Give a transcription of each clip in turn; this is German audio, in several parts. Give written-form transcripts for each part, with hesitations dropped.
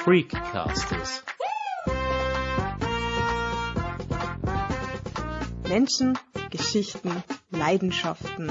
Freakcasters. Menschen, Geschichten, Leidenschaften.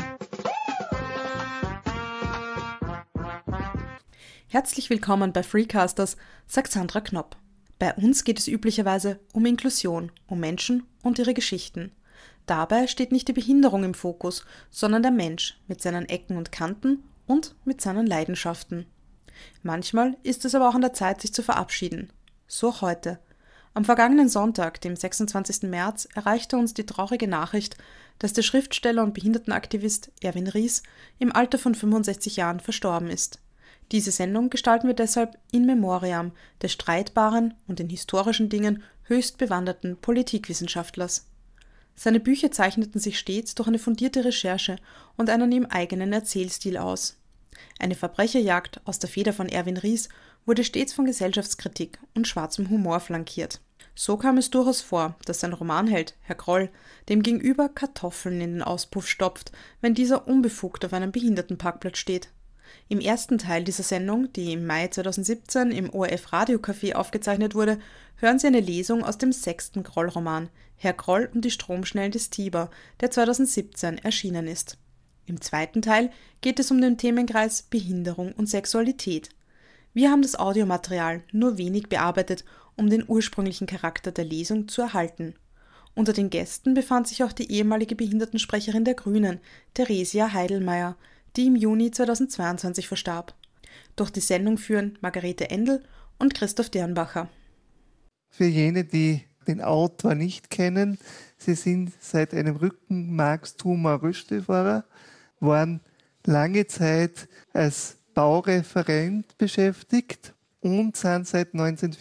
Herzlich willkommen bei Freakcasters, sagt Sandra Knopp. Bei uns geht es üblicherweise um Inklusion, um Menschen und ihre Geschichten. Dabei steht nicht die Behinderung im Fokus, sondern der Mensch mit seinen Ecken und Kanten und mit seinen Leidenschaften. Manchmal ist es aber auch an der Zeit, sich zu verabschieden. So auch heute. Am vergangenen Sonntag, dem 26. März, erreichte uns die traurige Nachricht, dass der Schriftsteller und Behindertenaktivist Erwin Ries im Alter von 65 Jahren verstorben ist. Diese Sendung gestalten wir deshalb in memoriam des streitbaren und in historischen Dingen höchst bewanderten Politikwissenschaftlers. Seine Bücher zeichneten sich stets durch eine fundierte Recherche und einen ihm eigenen Erzählstil aus. Eine Verbrecherjagd aus der Feder von Erwin Ries wurde stets von Gesellschaftskritik und schwarzem Humor flankiert. So kam es durchaus vor, dass sein Romanheld, Herr Groll, dem Gegenüber Kartoffeln in den Auspuff stopft, wenn dieser unbefugt auf einem Behindertenparkplatz steht. Im ersten Teil dieser Sendung, die im Mai 2017 im ORF-Radiocafé aufgezeichnet wurde, hören Sie eine Lesung aus dem 6. Groll-Roman Herr Groll und die Stromschnellen des Tiber, der 2017 erschienen ist. Im zweiten Teil geht es um den Themenkreis Behinderung und Sexualität. Wir haben das Audiomaterial nur wenig bearbeitet, um den ursprünglichen Charakter der Lesung zu erhalten. Unter den Gästen befand sich auch die ehemalige Behindertensprecherin der Grünen, Theresia Heidelmeier, die im Juni 2022 verstarb. Durch die Sendung führen Margarete Endl und Christoph Dernbacher. Für jene, die den Autor nicht kennen, sie sind seit einem Rückenmarkstumor Rollstuhlfahrer, waren lange Zeit als Baureferent beschäftigt und sind seit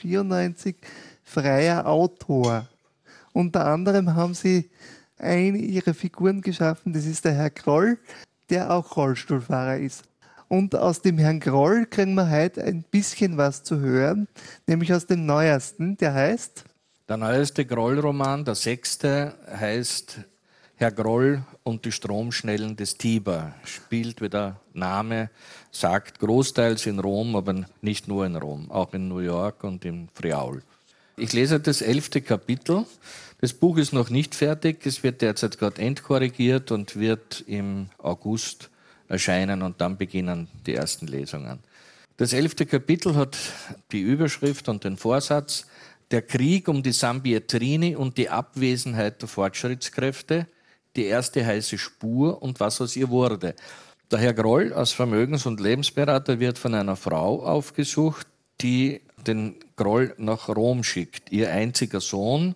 1994 freier Autor. Unter anderem haben sie eine ihrer Figuren geschaffen, das ist der Herr Groll, der auch Rollstuhlfahrer ist. Und aus dem Herrn Groll kriegen wir heute ein bisschen was zu hören, nämlich aus dem neuesten, der heißt... Der neueste Groll-Roman, der 6., heißt Herr Groll und die Stromschnellen des Tiber. Spielt, wie der Name sagt, großteils in Rom, aber nicht nur in Rom, auch in New York und im Friaul. Ich lese das 11. Kapitel. Das Buch ist noch nicht fertig, es wird derzeit gerade endkorrigiert und wird im August erscheinen und dann beginnen die ersten Lesungen. Das 11. Kapitel hat die Überschrift und den Vorsatz: Der Krieg um die Sambietrini und die Abwesenheit der Fortschrittskräfte, die erste heiße Spur und was aus ihr wurde. Der Herr Groll als Vermögens- und Lebensberater wird von einer Frau aufgesucht, die den Groll nach Rom schickt. Ihr einziger Sohn,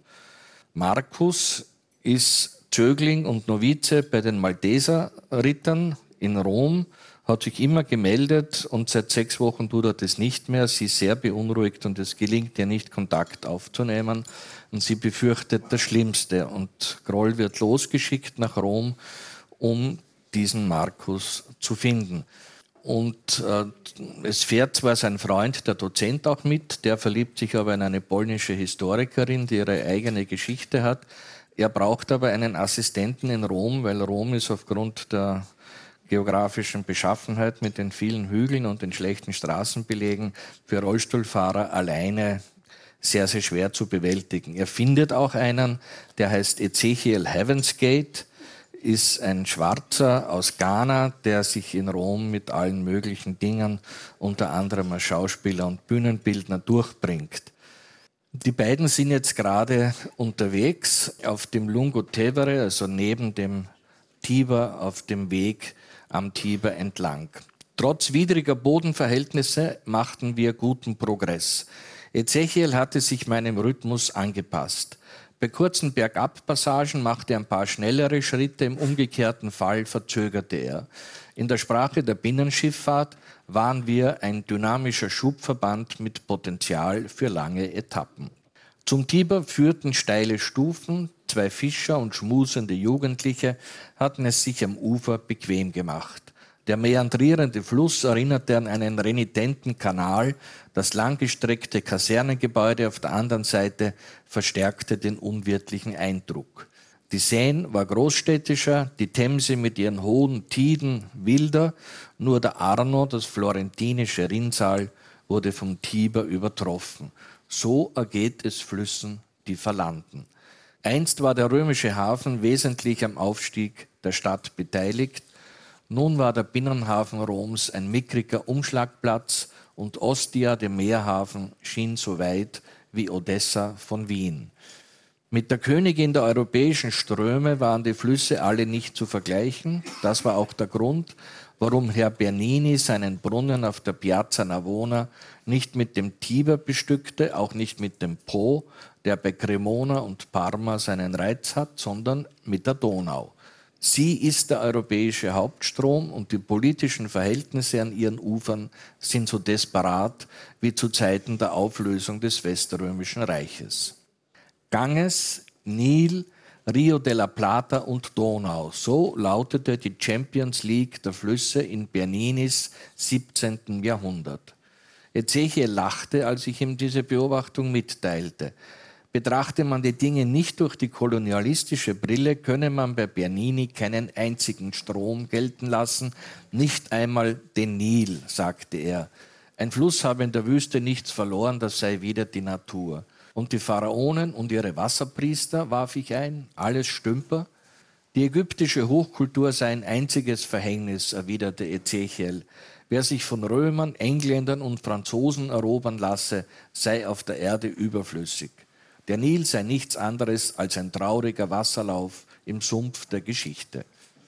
Markus, ist Zögling und Novize bei den Malteserrittern in Rom, hat sich immer gemeldet und seit 6 Wochen tut er das nicht mehr. Sie ist sehr beunruhigt und es gelingt ihr nicht, Kontakt aufzunehmen. Und sie befürchtet das Schlimmste. Und Groll wird losgeschickt nach Rom, um diesen Markus zu finden. Und es fährt zwar sein Freund, der Dozent, auch mit, der verliebt sich aber in eine polnische Historikerin, die ihre eigene Geschichte hat. Er braucht aber einen Assistenten in Rom, weil Rom ist aufgrund der geografischen Beschaffenheit mit den vielen Hügeln und den schlechten Straßenbelegen für Rollstuhlfahrer alleine sehr, sehr schwer zu bewältigen. Er findet auch einen, der heißt Ezechiel Heavensgate, ist ein Schwarzer aus Ghana, der sich in Rom mit allen möglichen Dingen, unter anderem als Schauspieler und Bühnenbildner, durchbringt. Die beiden sind jetzt gerade unterwegs auf dem Lungo Tevere, also neben dem Tiber, auf dem Weg am Tiber entlang. Trotz widriger Bodenverhältnisse machten wir guten Progress. Ezechiel hatte sich meinem Rhythmus angepasst. Bei kurzen Bergabpassagen machte er ein paar schnellere Schritte, im umgekehrten Fall verzögerte er. In der Sprache der Binnenschifffahrt waren wir ein dynamischer Schubverband mit Potenzial für lange Etappen. Zum Tiber führten steile Stufen, 2 Fischer und schmusende Jugendliche hatten es sich am Ufer bequem gemacht. Der meandrierende Fluss erinnerte an einen renitenten Kanal, das langgestreckte Kasernengebäude auf der anderen Seite verstärkte den unwirtlichen Eindruck. Die Seine war großstädtischer, die Themse mit ihren hohen Tiden wilder, nur der Arno, das florentinische Rinnsal, wurde vom Tiber übertroffen. So ergeht es Flüssen, die verlanden. Einst war der römische Hafen wesentlich am Aufstieg der Stadt beteiligt. Nun war der Binnenhafen Roms ein mickriger Umschlagplatz und Ostia, der Meerhafen, schien so weit wie Odessa von Wien. Mit der Königin der europäischen Ströme waren die Flüsse alle nicht zu vergleichen. Das war auch der Grund, warum Herr Bernini seinen Brunnen auf der Piazza Navona nicht mit dem Tiber bestückte, auch nicht mit dem Po, der bei Cremona und Parma seinen Reiz hat, sondern mit der Donau. Sie ist der europäische Hauptstrom und die politischen Verhältnisse an ihren Ufern sind so desperat wie zu Zeiten der Auflösung des Weströmischen Reiches. Ganges, Nil, Rio de la Plata und Donau. So lautete die Champions League der Flüsse in Berninis 17. Jahrhundert. Ezechiel lachte, als ich ihm diese Beobachtung mitteilte. Betrachte man die Dinge nicht durch die kolonialistische Brille, könne man bei Bernini keinen einzigen Strom gelten lassen, nicht einmal den Nil, sagte er. Ein Fluss habe in der Wüste nichts verloren, das sei wieder die Natur. Und die Pharaonen und ihre Wasserpriester, warf ich ein, alles Stümper. Die ägyptische Hochkultur sei ein einziges Verhängnis, erwiderte Ezechiel. Wer sich von Römern, Engländern und Franzosen erobern lasse, sei auf der Erde überflüssig. Der Nil sei nichts anderes als ein trauriger Wasserlauf im Sumpf der Geschichte.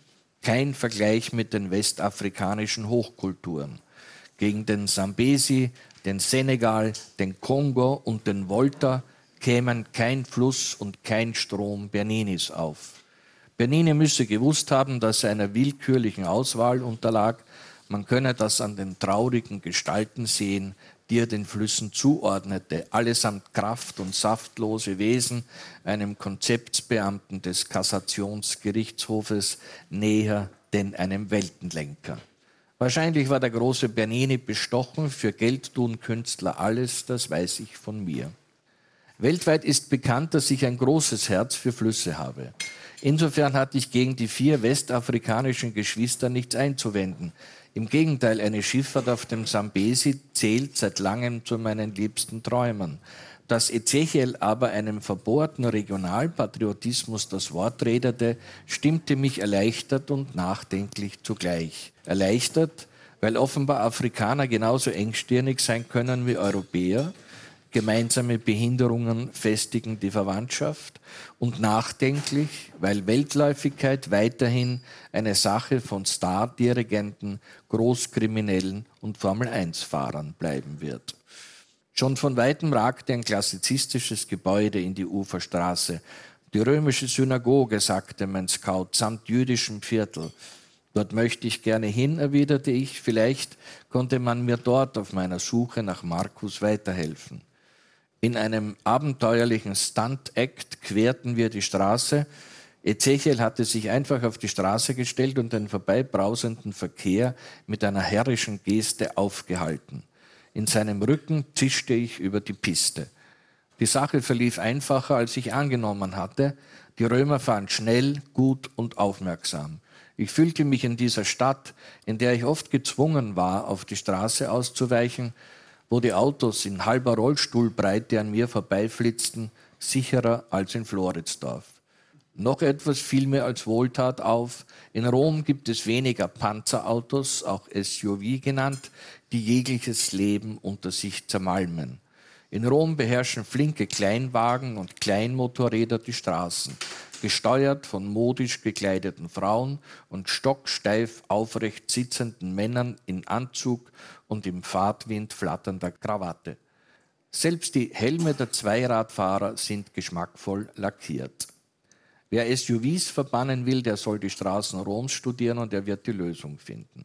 Kein Vergleich mit den westafrikanischen Hochkulturen. Gegen den Sambesi, den Senegal, den Kongo und den Volta kämen kein Fluss und kein Strom Berninis auf. Bernini müsse gewusst haben, dass er einer willkürlichen Auswahl unterlag. Man könne das an den traurigen Gestalten sehen, die er den Flüssen zuordnete, allesamt kraft- und saftlose Wesen, einem Konzeptsbeamten des Kassationsgerichtshofes näher denn einem Weltenlenker. Wahrscheinlich war der große Bernini bestochen, für Geld tun Künstler alles, das weiß ich von mir. Weltweit ist bekannt, dass ich ein großes Herz für Flüsse habe. Insofern hatte ich gegen die 4 westafrikanischen Geschwister nichts einzuwenden. Im Gegenteil, eine Schifffahrt auf dem Sambesi zählt seit langem zu meinen liebsten Träumen. Dass Ezechiel aber einem verbohrten Regionalpatriotismus das Wort redete, stimmte mich erleichtert und nachdenklich zugleich. Erleichtert, weil offenbar Afrikaner genauso engstirnig sein können wie Europäer. Gemeinsame Behinderungen festigen die Verwandtschaft, und nachdenklich, weil Weltläufigkeit weiterhin eine Sache von Stardirigenten, Großkriminellen und Formel-1-Fahrern bleiben wird. Schon von weitem ragte ein klassizistisches Gebäude in die Uferstraße. Die römische Synagoge, sagte mein Scout, samt jüdischem Viertel. Dort möchte ich gerne hin, erwiderte ich. Vielleicht konnte man mir dort auf meiner Suche nach Markus weiterhelfen. In einem abenteuerlichen Stunt-Act querten wir die Straße. Ezechiel hatte sich einfach auf die Straße gestellt und den vorbeibrausenden Verkehr mit einer herrischen Geste aufgehalten. In seinem Rücken zischte ich über die Piste. Die Sache verlief einfacher, als ich angenommen hatte. Die Römer fahren schnell, gut und aufmerksam. Ich fühlte mich in dieser Stadt, in der ich oft gezwungen war, auf die Straße auszuweichen, wo die Autos in halber Rollstuhlbreite an mir vorbeiflitzten, sicherer als in Floridsdorf. Noch etwas fiel mir als Wohltat auf. In Rom gibt es weniger Panzerautos, auch SUV genannt, die jegliches Leben unter sich zermalmen. In Rom beherrschen flinke Kleinwagen und Kleinmotorräder die Straßen, gesteuert von modisch gekleideten Frauen und stocksteif aufrecht sitzenden Männern in Anzug und im Fahrtwind flatternder Krawatte. Selbst die Helme der Zweiradfahrer sind geschmackvoll lackiert. Wer SUVs verbannen will, der soll die Straßen Roms studieren und er wird die Lösung finden.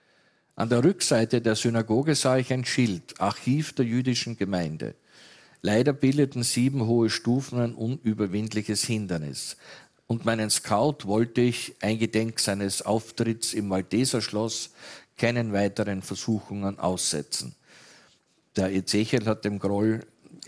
An der Rückseite der Synagoge sah ich ein Schild, Archiv der jüdischen Gemeinde. Leider bildeten 7 hohe Stufen ein unüberwindliches Hindernis. Und meinen Scout wollte ich, eingedenk seines Auftritts im Malteserschloss, keinen weiteren Versuchungen aussetzen. Der Ezechiel hat dem Groll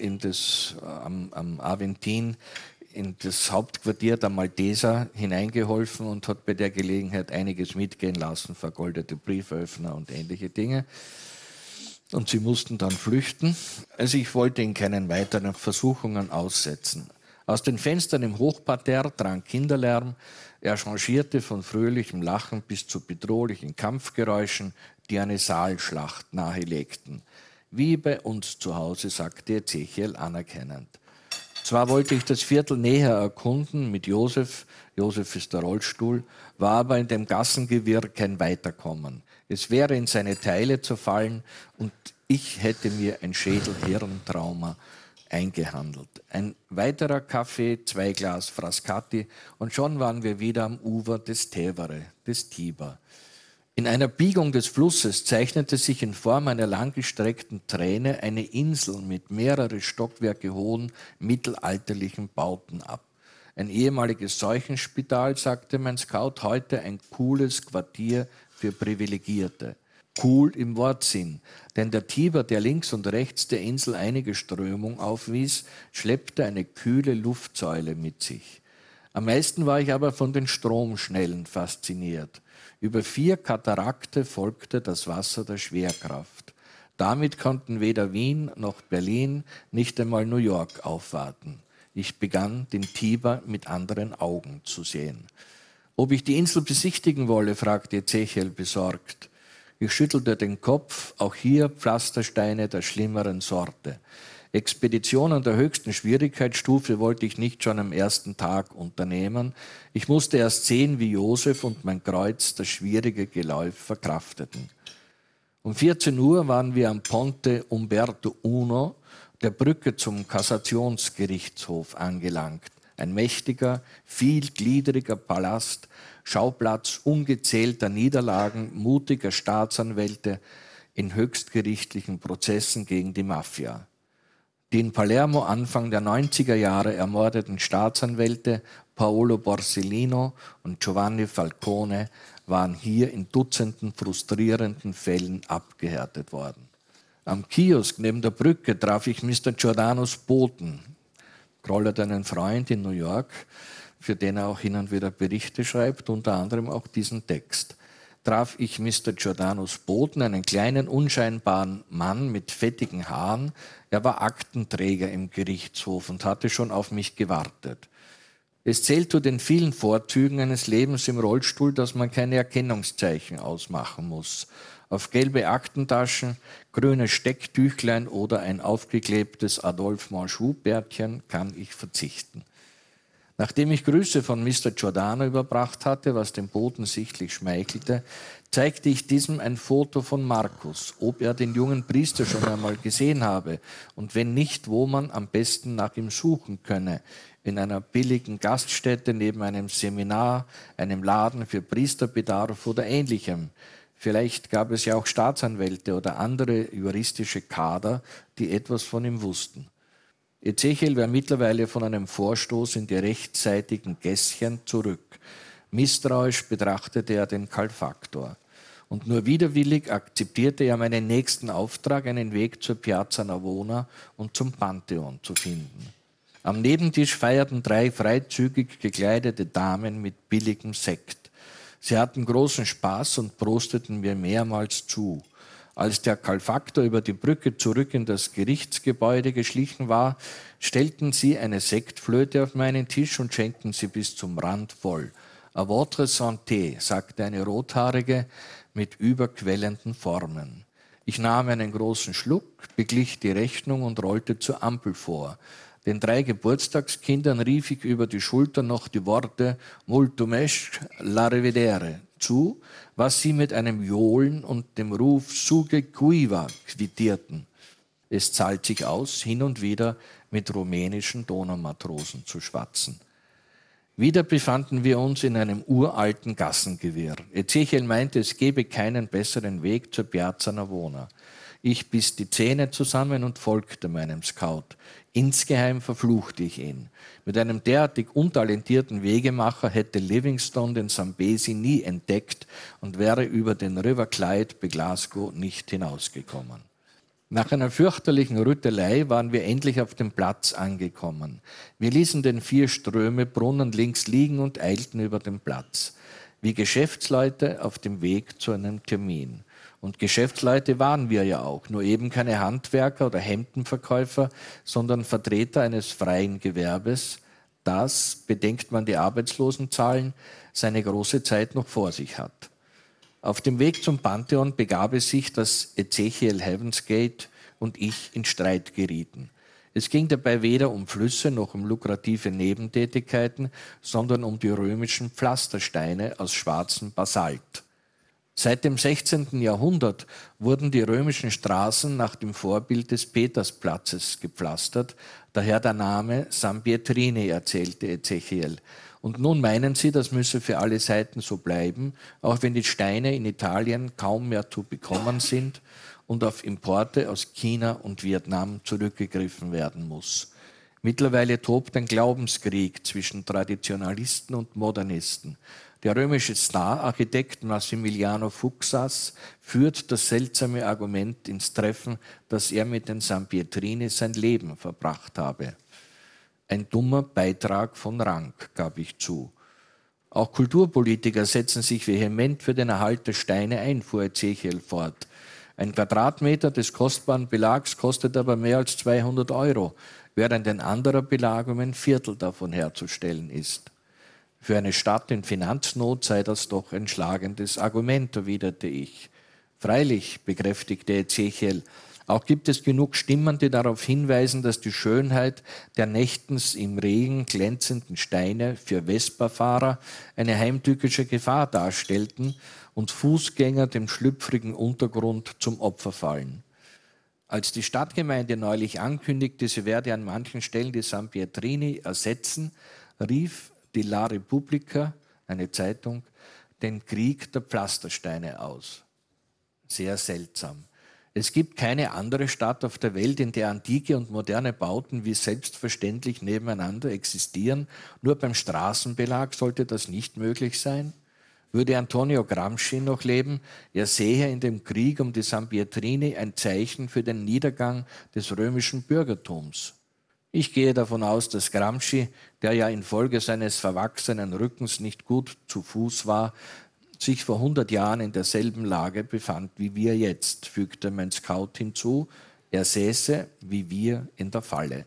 am Aventin in das Hauptquartier der Malteser hineingeholfen und hat bei der Gelegenheit einiges mitgehen lassen, vergoldete Brieföffner und ähnliche Dinge. und sie mussten dann flüchten. Also ich wollte ihn keinen weiteren Versuchungen aussetzen. Aus den Fenstern im Hochparterre drang Kinderlärm. Er changierte von fröhlichem Lachen bis zu bedrohlichen Kampfgeräuschen, die eine Saalschlacht nahelegten. Wie bei uns zu Hause, sagte Ezechiel anerkennend. Zwar wollte ich das Viertel näher erkunden mit Josef, Josef ist der Rollstuhl, war aber in dem Gassengewirr kein Weiterkommen. Es wäre in seine Teile zerfallen und ich hätte mir ein Schädel-Hirntrauma eingehandelt. Ein weiterer Kaffee, 2 Glas Frascati und schon waren wir wieder am Ufer des Tevere, des Tiber. In einer Biegung des Flusses zeichnete sich in Form einer langgestreckten Träne eine Insel mit mehrere Stockwerke hohen, mittelalterlichen Bauten ab. Ein ehemaliges Seuchenspital, sagte mein Scout, heute ein cooles Quartier für Privilegierte. Cool im Wortsinn, denn der Tiber, der links und rechts der Insel einige Strömung aufwies, schleppte eine kühle Luftsäule mit sich. Am meisten war ich aber von den Stromschnellen fasziniert. Über 4 Katarakte folgte das Wasser der Schwerkraft. Damit konnten weder Wien noch Berlin, nicht einmal New York aufwarten. Ich begann, den Tiber mit anderen Augen zu sehen. Ob ich die Insel besichtigen wolle, fragte Ezechiel besorgt. Ich schüttelte den Kopf, auch hier Pflastersteine der schlimmeren Sorte. Expeditionen der höchsten Schwierigkeitsstufe wollte ich nicht schon am ersten Tag unternehmen. Ich musste erst sehen, wie Josef und mein Kreuz das schwierige Geläuf verkrafteten. Um 14 Uhr waren wir am Ponte Umberto I, der Brücke zum Kassationsgerichtshof, angelangt. Ein mächtiger, vielgliedriger Palast, Schauplatz ungezählter Niederlagen mutiger Staatsanwälte in höchstgerichtlichen Prozessen gegen die Mafia. Die in Palermo Anfang der 90er Jahre ermordeten Staatsanwälte Paolo Borsellino und Giovanni Falcone waren hier in Dutzenden frustrierenden Fällen abgehärtet worden. Am Kiosk neben der Brücke traf ich Mr. Giordano's Boten. Kroll hat einen Freund in New York, für den er auch hin und wieder Berichte schreibt, unter anderem auch diesen Text. Traf ich Mr. Giordano's Boten, einen kleinen, unscheinbaren Mann mit fettigen Haaren. Er war Aktenträger im Gerichtshof und hatte schon auf mich gewartet. Es zählt zu den vielen Vorzügen eines Lebens im Rollstuhl, dass man keine Erkennungszeichen ausmachen muss. Auf gelbe Aktentaschen, grüne Stecktüchlein oder ein aufgeklebtes Adolphe Manchou-Bärtchen kann ich verzichten. Nachdem ich Grüße von Mr. Giordano überbracht hatte, was dem Boten sichtlich schmeichelte, zeigte ich diesem ein Foto von Markus, ob er den jungen Priester schon einmal gesehen habe und wenn nicht, wo man am besten nach ihm suchen könne. In einer billigen Gaststätte neben einem Seminar, einem Laden für Priesterbedarf oder Ähnlichem. Vielleicht gab es ja auch Staatsanwälte oder andere juristische Kader, die etwas von ihm wussten. Ezechiel war mittlerweile von einem Vorstoß in die rechtsseitigen Gässchen zurück. Misstrauisch betrachtete er den Kalfaktor. Und nur widerwillig akzeptierte er meinen nächsten Auftrag, einen Weg zur Piazza Navona und zum Pantheon zu finden. Am Nebentisch feierten 3 freizügig gekleidete Damen mit billigem Sekt. Sie hatten großen Spaß und prosteten mir mehrmals zu. Als der Kalfaktor über die Brücke zurück in das Gerichtsgebäude geschlichen war, stellten sie eine Sektflöte auf meinen Tisch und schenkten sie bis zum Rand voll. A votre santé, sagte eine Rothaarige mit überquellenden Formen. Ich nahm einen großen Schluck, beglich die Rechnung und rollte zur Ampel vor. Den 3 Geburtstagskindern rief ich über die Schulter noch die Worte «Multo mesc, la rivedere» zu, was sie mit einem Johlen und dem Ruf «Suge cuiva» quittierten. Es zahlt sich aus, hin und wieder mit rumänischen Donaumatrosen zu schwatzen. Wieder befanden wir uns in einem uralten Gassengewirr. Ezechiel meinte, es gebe keinen besseren Weg zur Piazza Navona. Ich biss die Zähne zusammen und folgte meinem Scout. Insgeheim verfluchte ich ihn. Mit einem derartig untalentierten Wegemacher hätte Livingstone den Zambesi nie entdeckt und wäre über den River Clyde bei Glasgow nicht hinausgekommen. Nach einer fürchterlichen Rüttelei waren wir endlich auf dem Platz angekommen. Wir ließen den 4 Ströme Brunnen links liegen und eilten über den Platz. wie Geschäftsleute auf dem Weg zu einem Termin. Und Geschäftsleute waren wir ja auch, nur eben keine Handwerker oder Hemdenverkäufer, sondern Vertreter eines freien Gewerbes, das, bedenkt man die Arbeitslosenzahlen, seine große Zeit noch vor sich hat. Auf dem Weg zum Pantheon begab es sich, dass Ezechiel Heavensgate und ich in Streit gerieten. Es ging dabei weder um Flüsse noch um lukrative Nebentätigkeiten, sondern um die römischen Pflastersteine aus schwarzem Basalt. Seit dem 16. Jahrhundert wurden die römischen Straßen nach dem Vorbild des Petersplatzes gepflastert, daher der Name San Pietrini, erzählte Ezechiel. Und nun meinen sie, das müsse für alle Seiten so bleiben, auch wenn die Steine in Italien kaum mehr zu bekommen sind und auf Importe aus China und Vietnam zurückgegriffen werden muss. Mittlerweile tobt ein Glaubenskrieg zwischen Traditionalisten und Modernisten. Der römische Star-Architekt Massimiliano Fuxas führt das seltsame Argument ins Treffen, dass er mit den San Pietrini sein Leben verbracht habe. Ein dummer Beitrag von Rang, gab ich zu. Auch Kulturpolitiker setzen sich vehement für den Erhalt der Steine ein, fuhr Ezechiel fort. Ein Quadratmeter des kostbaren Belags kostet aber mehr als 200 €, während ein anderer Belag um ein Viertel davon herzustellen ist. Für eine Stadt in Finanznot sei das doch ein schlagendes Argument, erwiderte ich. Freilich, bekräftigte Ezechiel, auch gibt es genug Stimmen, die darauf hinweisen, dass die Schönheit der nächtens im Regen glänzenden Steine für Vespa-Fahrer eine heimtückische Gefahr darstellten und Fußgänger dem schlüpfrigen Untergrund zum Opfer fallen. Als die Stadtgemeinde neulich ankündigte, sie werde an manchen Stellen die San Pietrini ersetzen, rief die La Repubblica, eine Zeitung, den Krieg der Pflastersteine aus. Sehr seltsam. Es gibt keine andere Stadt auf der Welt, in der antike und moderne Bauten wie selbstverständlich nebeneinander existieren. Nur beim Straßenbelag sollte das nicht möglich sein. Würde Antonio Gramsci noch leben, er sähe in dem Krieg um die San Pietrini ein Zeichen für den Niedergang des römischen Bürgertums. Ich gehe davon aus, dass Gramsci, der ja infolge seines verwachsenen Rückens nicht gut zu Fuß war, sich vor 100 Jahren in derselben Lage befand wie wir jetzt, fügte mein Scout hinzu. Er säße, wie wir, in der Falle.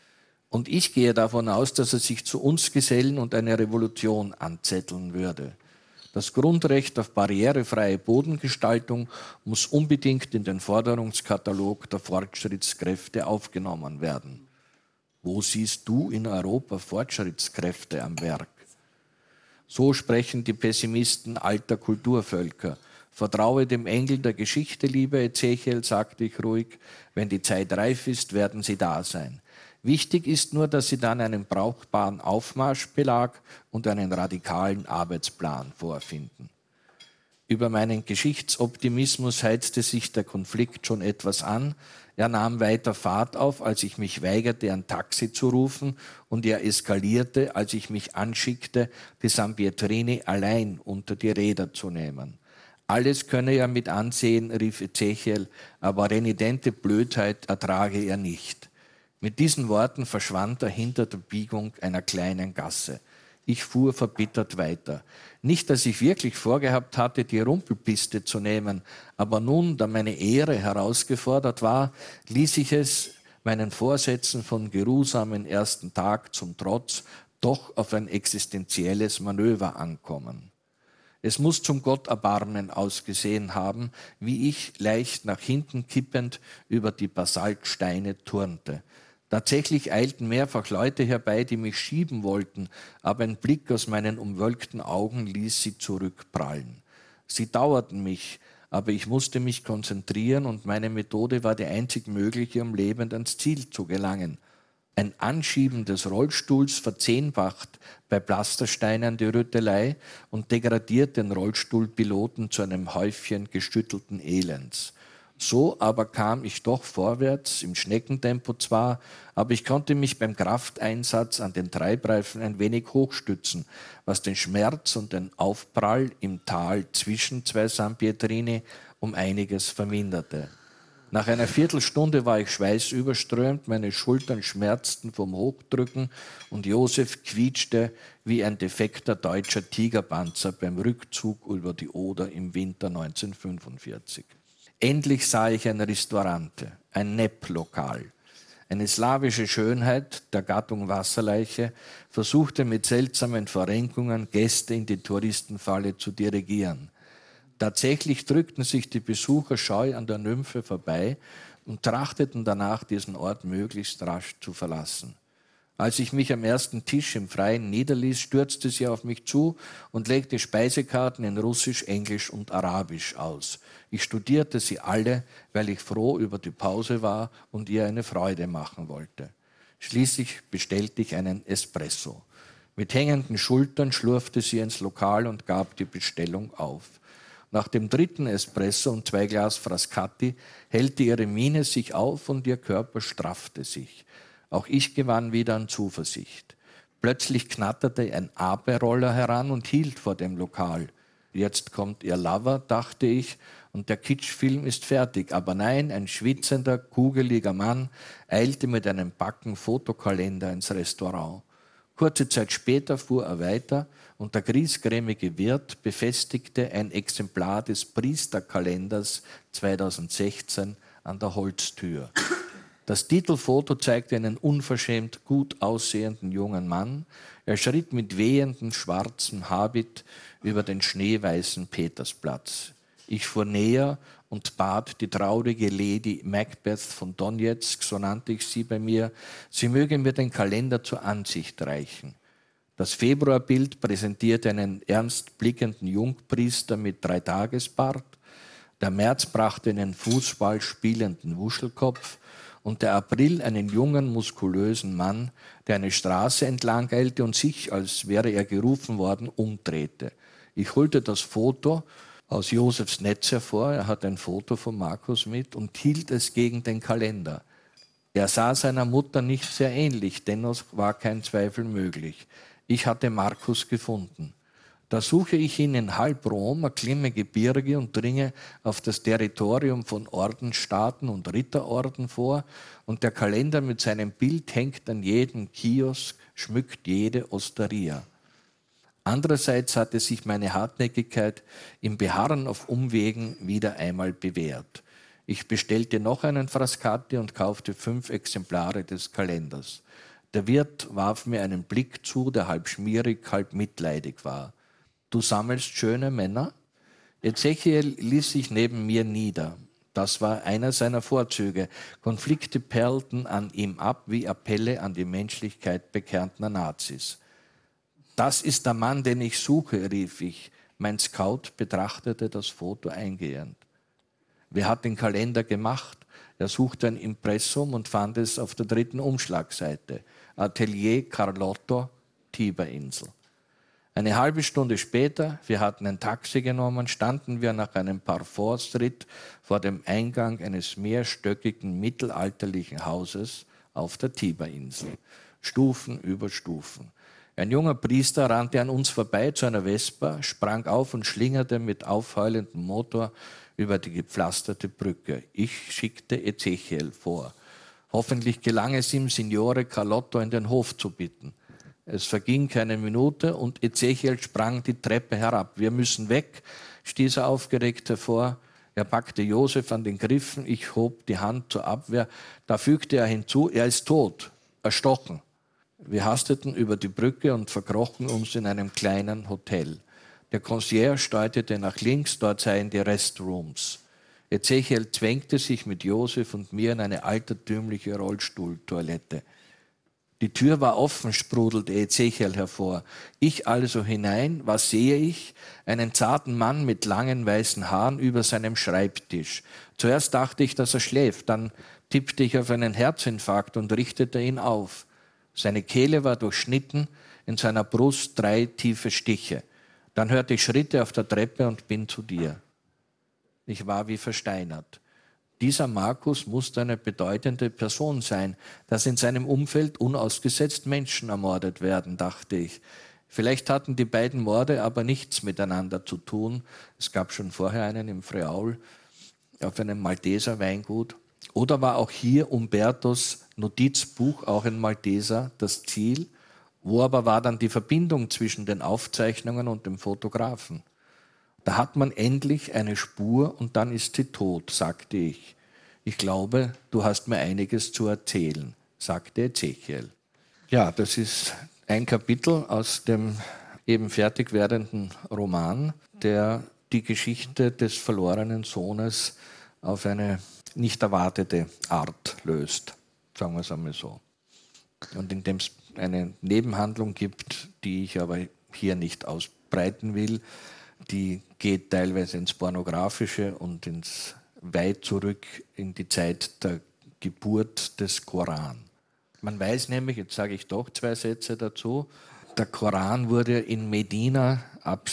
Und ich gehe davon aus, dass er sich zu uns gesellen und eine Revolution anzetteln würde. Das Grundrecht auf barrierefreie Bodengestaltung muss unbedingt in den Forderungskatalog der Fortschrittskräfte aufgenommen werden. Wo siehst du in Europa Fortschrittskräfte am Werk? So sprechen die Pessimisten alter Kulturvölker. Vertraue dem Engel der Geschichte, lieber Ezechiel, sagte ich ruhig. Wenn die Zeit reif ist, werden sie da sein. Wichtig ist nur, dass sie dann einen brauchbaren Aufmarschbelag und einen radikalen Arbeitsplan vorfinden. Über meinen Geschichtsoptimismus heizte sich der Konflikt schon etwas an. Er nahm weiter Fahrt auf, als ich mich weigerte, ein Taxi zu rufen, und er eskalierte, als ich mich anschickte, die San Pietrini allein unter die Räder zu nehmen. Alles könne er mit ansehen, rief Ezechiel, aber renitente Blödheit ertrage er nicht. Mit diesen Worten verschwand er hinter der Biegung einer kleinen Gasse. Ich fuhr verbittert weiter. Nicht, dass ich wirklich vorgehabt hatte, die Rumpelpiste zu nehmen, aber nun, da meine Ehre herausgefordert war, ließ ich es, meinen Vorsätzen von geruhsamen ersten Tag zum Trotz, doch auf ein existenzielles Manöver ankommen. Es muss zum Gotterbarmen ausgesehen haben, wie ich, leicht nach hinten kippend, über die Basaltsteine turnte. Tatsächlich eilten mehrfach Leute herbei, die mich schieben wollten, aber ein Blick aus meinen umwölkten Augen ließ sie zurückprallen. Sie dauerten mich, aber ich musste mich konzentrieren und meine Methode war die einzig mögliche, um lebend ans Ziel zu gelangen. Ein Anschieben des Rollstuhls verzehnfacht bei Pflastersteinen die Rüttelei und degradiert den Rollstuhlpiloten zu einem Häufchen geschüttelten Elends. So aber kam ich doch vorwärts, im Schneckentempo zwar, aber ich konnte mich beim Krafteinsatz an den Treibreifen ein wenig hochstützen, was den Schmerz und den Aufprall im Tal zwischen zwei San Pietrini um einiges verminderte. Nach einer Viertelstunde war ich schweißüberströmt, meine Schultern schmerzten vom Hochdrücken und Josef quietschte wie ein defekter deutscher Tigerpanzer beim Rückzug über die Oder im Winter 1945. Endlich sah ich ein Restaurante, ein Nepp-Lokal. Eine slawische Schönheit der Gattung Wasserleiche versuchte mit seltsamen Verrenkungen Gäste in die Touristenfalle zu dirigieren. Tatsächlich drückten sich die Besucher scheu an der Nymphe vorbei und trachteten danach, diesen Ort möglichst rasch zu verlassen. Als ich mich am ersten Tisch im Freien niederließ, stürzte sie auf mich zu und legte Speisekarten in Russisch, Englisch und Arabisch aus. Ich studierte sie alle, weil ich froh über die Pause war und ihr eine Freude machen wollte. Schließlich bestellte ich einen Espresso. Mit hängenden Schultern schlurfte sie ins Lokal und gab die Bestellung auf. Nach dem dritten Espresso und 2 Glas Frascati hellte ihre Miene sich auf und ihr Körper straffte sich. Auch ich gewann wieder an Zuversicht. Plötzlich knatterte ein AP-Roller heran und hielt vor dem Lokal. Jetzt kommt ihr Lover, dachte ich, und der Kitschfilm ist fertig. Aber nein, ein schwitzender, kugeliger Mann eilte mit einem Packen Fotokalender ins Restaurant. Kurze Zeit später fuhr er weiter und der griesgrämige Wirt befestigte ein Exemplar des Priesterkalenders 2016 an der Holztür. Das Titelfoto zeigte einen unverschämt gut aussehenden jungen Mann. Er schritt mit wehendem schwarzem Habit über den schneeweißen Petersplatz. Ich fuhr näher und bat die traurige Lady Macbeth von Donetsk, so nannte ich sie bei mir, sie möge mir den Kalender zur Ansicht reichen. Das Februarbild präsentierte einen ernst blickenden Jungpriester mit 3-Tagesbart. Der März brachte einen Fußball spielenden Wuschelkopf und der April einen jungen, muskulösen Mann, der eine Straße entlang eilte und sich, als wäre er gerufen worden, umdrehte. Ich holte das Foto aus Josefs Netz hervor, er hat ein Foto von Markus mit und hielt es gegen den Kalender. Er sah seiner Mutter nicht sehr ähnlich, dennoch war kein Zweifel möglich. Ich hatte Markus gefunden. Da suche ich ihn in halb Rom, erklimme Gebirge und dringe auf das Territorium von Ordensstaaten und Ritterorden vor und der Kalender mit seinem Bild hängt an jedem Kiosk, schmückt jede Osteria. Andererseits hatte sich meine Hartnäckigkeit im Beharren auf Umwegen wieder einmal bewährt. Ich bestellte noch einen Frascati und kaufte 5 Exemplare des Kalenders. Der Wirt warf mir einen Blick zu, der halb schmierig, halb mitleidig war. »Du sammelst schöne Männer?« Ezechiel ließ sich neben mir nieder. Das war einer seiner Vorzüge. Konflikte perlten an ihm ab wie Appelle an die Menschlichkeit bekernter Nazis. »Das ist der Mann, den ich suche«, rief ich. Mein Scout betrachtete das Foto eingehend. Wer hat den Kalender gemacht? Er suchte ein Impressum und fand es auf der 3. Umschlagseite. Atelier Carlotto, Tiberinsel. Eine halbe Stunde später, wir hatten ein Taxi genommen, standen wir nach einem Parforce-Ritt vor dem Eingang eines mehrstöckigen mittelalterlichen Hauses auf der Tiberinsel. Stufen über Stufen. Ein junger Priester rannte an uns vorbei zu einer Vespa, sprang auf und schlingerte mit aufheulendem Motor über die gepflasterte Brücke. Ich schickte Ezechiel vor. Hoffentlich gelang es ihm, Signore Carlotto in den Hof zu bitten. Es verging keine Minute und Ezechiel sprang die Treppe herab. »Wir müssen weg«, stieß er aufgeregt hervor. Er packte Josef an den Griffen, ich hob die Hand zur Abwehr. Da fügte er hinzu, er ist tot, erstochen. Wir hasteten über die Brücke und verkrochen uns in einem kleinen Hotel. Der Concierge deutete nach links, dort seien die Restrooms. Ezechiel zwängte sich mit Josef und mir in eine altertümliche Rollstuhltoilette. Die Tür war offen, sprudelte Ezechiel hervor. Ich also hinein, was sehe ich? Einen zarten Mann mit langen weißen Haaren über seinem Schreibtisch. Zuerst dachte ich, dass er schläft, dann tippte ich auf einen Herzinfarkt und richtete ihn auf. Seine Kehle war durchschnitten, in seiner Brust 3 tiefe Stiche. Dann hörte ich Schritte auf der Treppe und bin zu dir. Ich war wie versteinert. Dieser Markus musste eine bedeutende Person sein, dass in seinem Umfeld unausgesetzt Menschen ermordet werden, dachte ich. Vielleicht hatten die beiden Morde aber nichts miteinander zu tun. Es gab schon vorher einen im Friaul auf einem Malteser Weingut. Oder war auch hier Umbertos Notizbuch, auch ein Malteser, das Ziel? Wo aber war dann die Verbindung zwischen den Aufzeichnungen und dem Fotografen? Da hat man endlich eine Spur und dann ist sie tot, sagte ich. Ich glaube, du hast mir einiges zu erzählen, sagte Ezechiel. Ja, das ist ein Kapitel aus dem eben fertig werdenden Roman, der die Geschichte des verlorenen Sohnes auf eine nicht erwartete Art löst, sagen wir es einmal so. Und in dem es eine Nebenhandlung gibt, die ich aber hier nicht ausbreiten will, die geht teilweise ins Pornografische und weit zurück in die Zeit der Geburt des Koran. Man weiß nämlich, jetzt sage ich doch 2 Sätze dazu, der Koran wurde in Medina ab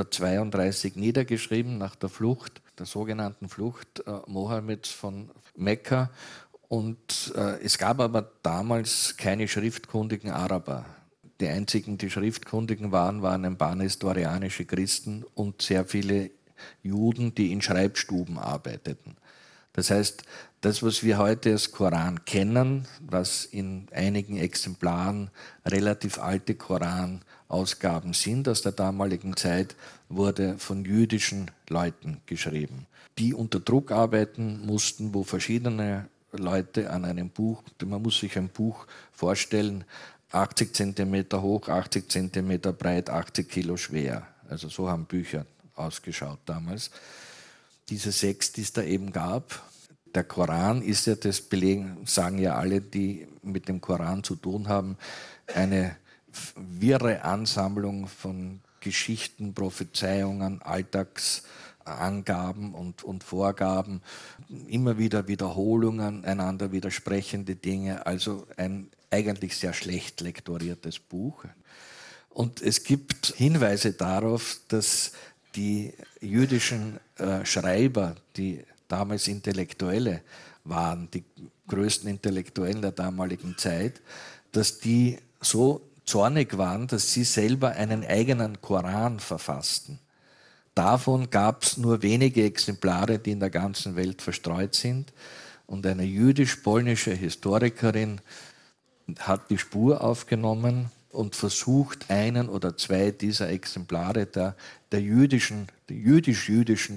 632 niedergeschrieben, nach der Flucht, der sogenannten Flucht Mohammeds von Mekka. Und es gab aber damals keine schriftkundigen Araber. Die einzigen, die schriftkundigen waren ein paar nestorianische Christen und sehr viele Juden, die in Schreibstuben arbeiteten. Das heißt, das, was wir heute als Koran kennen, was in einigen Exemplaren relativ alte Koranausgaben sind aus der damaligen Zeit, wurde von jüdischen Leuten geschrieben, die unter Druck arbeiten mussten, wo verschiedene Leute an einem Buch, man muss sich ein Buch vorstellen, 80 Zentimeter hoch, 80 Zentimeter breit, 80 Kilo schwer. Also so haben Bücher ausgeschaut damals. Diese 6, die es da eben gab. Der Koran ist ja, das belegen, sagen ja alle, die mit dem Koran zu tun haben, eine wirre Ansammlung von Geschichten, Prophezeiungen, Alltagsangaben und Vorgaben, immer wieder Wiederholungen, einander widersprechende Dinge, also ein eigentlich sehr schlecht lektoriertes Buch. Und es gibt Hinweise darauf, dass die jüdischen Schreiber, die damals Intellektuelle waren, die größten Intellektuellen der damaligen Zeit, dass die so zornig waren, dass sie selber einen eigenen Koran verfassten. Davon gab es nur wenige Exemplare, die in der ganzen Welt verstreut sind. Und eine jüdisch-polnische Historikerin hat die Spur aufgenommen und versucht, 1 oder 2 dieser Exemplare der jüdisch-jüdischen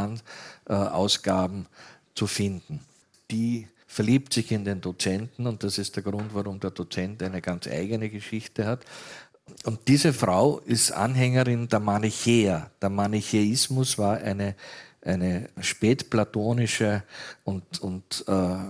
Koranausgaben zu finden. Die verliebt sich in den Dozenten und das ist der Grund, warum der Dozent eine ganz eigene Geschichte hat. Und diese Frau ist Anhängerin der Manichäer. Der Manichäismus war eine spätplatonische und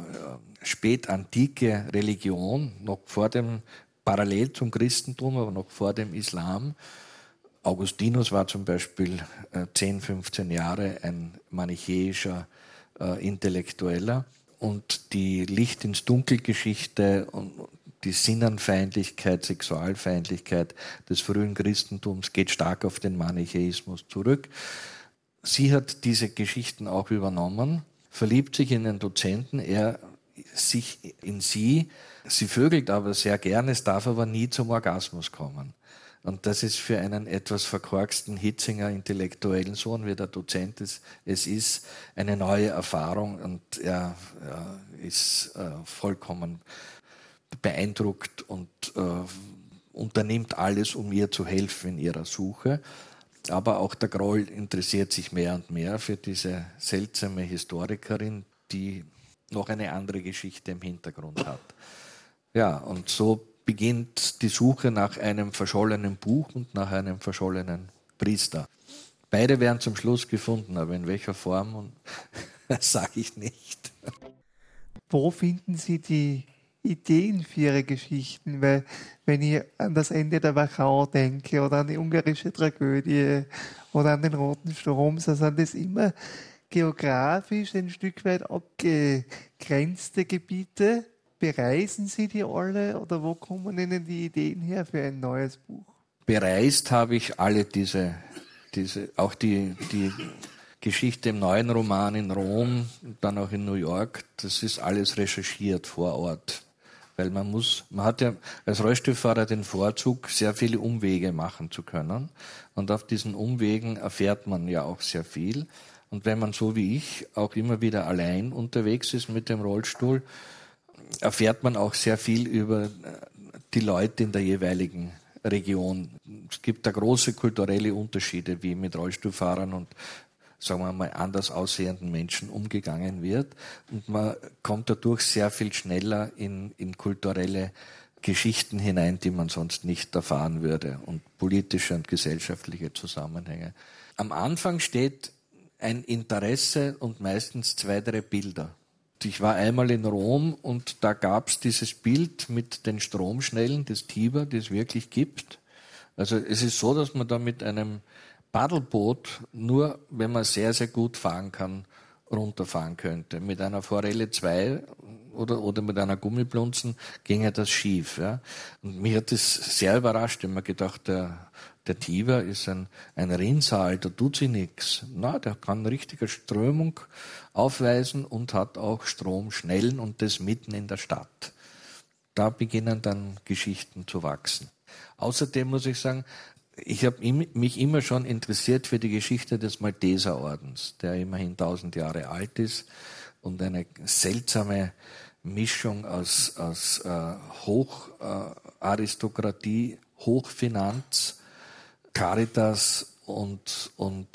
spätantike Religion, noch parallel zum Christentum, aber noch vor dem Islam. Augustinus war zum Beispiel 10, 15 Jahre ein manichäischer Intellektueller. Und die Licht-ins-Dunkel-Geschichte und die Sinnenfeindlichkeit, Sexualfeindlichkeit des frühen Christentums geht stark auf den Manichäismus zurück. Sie hat diese Geschichten auch übernommen, verliebt sich in den Dozenten, er sich in sie. Sie vögelt aber sehr gern, es darf aber nie zum Orgasmus kommen. Und das ist für einen etwas verkorksten Hitzinger intellektuellen Sohn, wie der Dozent es ist, eine neue Erfahrung und er ist vollkommen beeindruckt und unternimmt alles, um ihr zu helfen in ihrer Suche. Aber auch der Groll interessiert sich mehr und mehr für diese seltsame Historikerin, die noch eine andere Geschichte im Hintergrund hat. Ja, und so beginnt die Suche nach einem verschollenen Buch und nach einem verschollenen Priester. Beide werden zum Schluss gefunden, aber in welcher Form, sage ich nicht. Wo finden Sie die Ideen für Ihre Geschichten? Weil, wenn ich an das Ende der Wachau denke oder an die ungarische Tragödie oder an den Roten Strom, so sind das immer geografisch ein Stück weit abgegrenzte Gebiete. Bereisen Sie die alle oder wo kommen Ihnen die Ideen her für ein neues Buch? Bereist habe ich alle diese auch die Geschichte im neuen Roman in Rom, dann auch in New York, das ist alles recherchiert vor Ort. Weil man hat ja als Rollstuhlfahrer den Vorzug, sehr viele Umwege machen zu können. Und auf diesen Umwegen erfährt man ja auch sehr viel. Und wenn man so wie ich auch immer wieder allein unterwegs ist mit dem Rollstuhl, erfährt man auch sehr viel über die Leute in der jeweiligen Region. Es gibt da große kulturelle Unterschiede, wie mit Rollstuhlfahrern und, sagen wir mal, anders aussehenden Menschen umgegangen wird. Und man kommt dadurch sehr viel schneller in kulturelle Geschichten hinein, die man sonst nicht erfahren würde, und politische und gesellschaftliche Zusammenhänge. Am Anfang steht ein Interesse und meistens 2, 3 Bilder. Ich war einmal in Rom und da gab es dieses Bild mit den Stromschnellen des Tiber, die es wirklich gibt. Also es ist so, dass man da mit einem Paddelboot nur, wenn man sehr, sehr gut fahren kann, runterfahren könnte. Mit einer Forelle 2 oder mit einer Gummiblunzen ginge das schief. Ja. Und mich hat das sehr überrascht. Ich habe mir gedacht, der Tiber ist ein Rinnsal, da tut sich nichts. Na, der kann richtige Strömung aufweisen und hat auch Stromschnellen, und das mitten in der Stadt. Da beginnen dann Geschichten zu wachsen. Außerdem muss ich sagen, ich habe mich immer schon interessiert für die Geschichte des Malteserordens, der immerhin 1000 Jahre alt ist und eine seltsame Mischung aus Hocharistokratie, Hochfinanz, Caritas und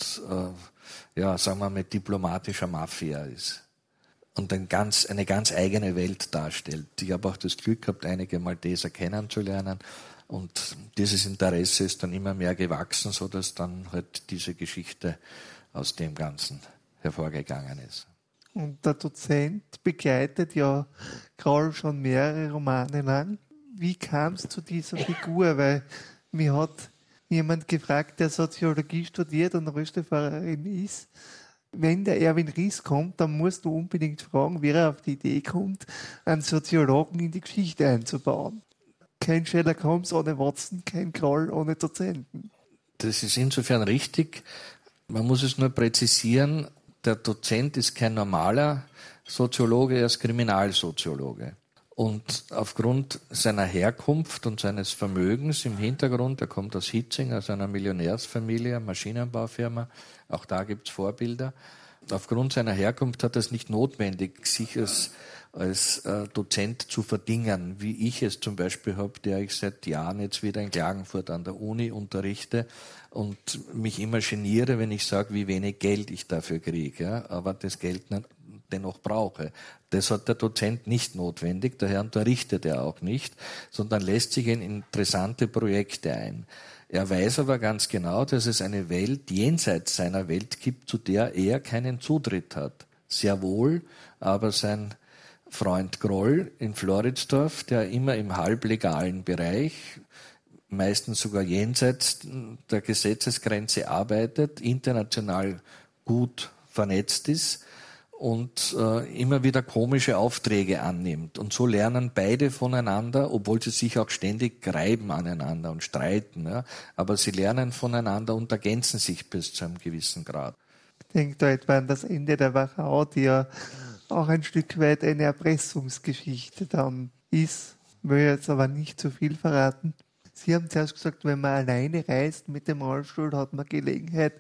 sagen wir mal, diplomatischer Mafia ist. Und eine ganz eigene Welt darstellt. Ich habe auch das Glück gehabt, einige Malteser kennenzulernen. Und dieses Interesse ist dann immer mehr gewachsen, sodass dann halt diese Geschichte aus dem Ganzen hervorgegangen ist. Und der Dozent begleitet ja Kroll schon mehrere Romane lang. Wie kam es zu dieser Figur? Weil mir hat jemand gefragt, der Soziologie studiert und Rollstuhlfahrerin ist. Wenn der Erwin Ries kommt, dann musst du unbedingt fragen, wie er auf die Idee kommt, einen Soziologen in die Geschichte einzubauen. Kein Sherlock Holmes ohne Watson, kein Kroll ohne Dozenten. Das ist insofern richtig. Man muss es nur präzisieren, der Dozent ist kein normaler Soziologe, er ist Kriminalsoziologe. Und aufgrund seiner Herkunft und seines Vermögens im Hintergrund, er kommt aus Hitzing, aus einer Millionärsfamilie, Maschinenbaufirma, auch da gibt es Vorbilder. Aufgrund seiner Herkunft hat er es nicht notwendig, sich als Dozent zu verdingen, wie ich es zum Beispiel habe, der ich seit Jahren jetzt wieder in Klagenfurt an der Uni unterrichte und mich immer geniere, wenn ich sage, wie wenig Geld ich dafür kriege, ja, aber das Geld dennoch brauche. Das hat der Dozent nicht notwendig, daher unterrichtet er auch nicht, sondern lässt sich in interessante Projekte ein. Er weiß aber ganz genau, dass es eine Welt jenseits seiner Welt gibt, zu der er keinen Zutritt hat. Sehr wohl, aber sein Freund Kroll in Floridsdorf, der immer im halblegalen Bereich, meistens sogar jenseits der Gesetzesgrenze arbeitet, international gut vernetzt ist und immer wieder komische Aufträge annimmt. Und so lernen beide voneinander, obwohl sie sich auch ständig reiben aneinander und streiten. Ja, aber sie lernen voneinander und ergänzen sich bis zu einem gewissen Grad. Ich denke da etwa an das Ende der Wachau, die ja auch ein Stück weit eine Erpressungsgeschichte dann ist. Ich will jetzt aber nicht zu viel verraten. Sie haben zuerst gesagt, wenn man alleine reist mit dem Rollstuhl, hat man Gelegenheit,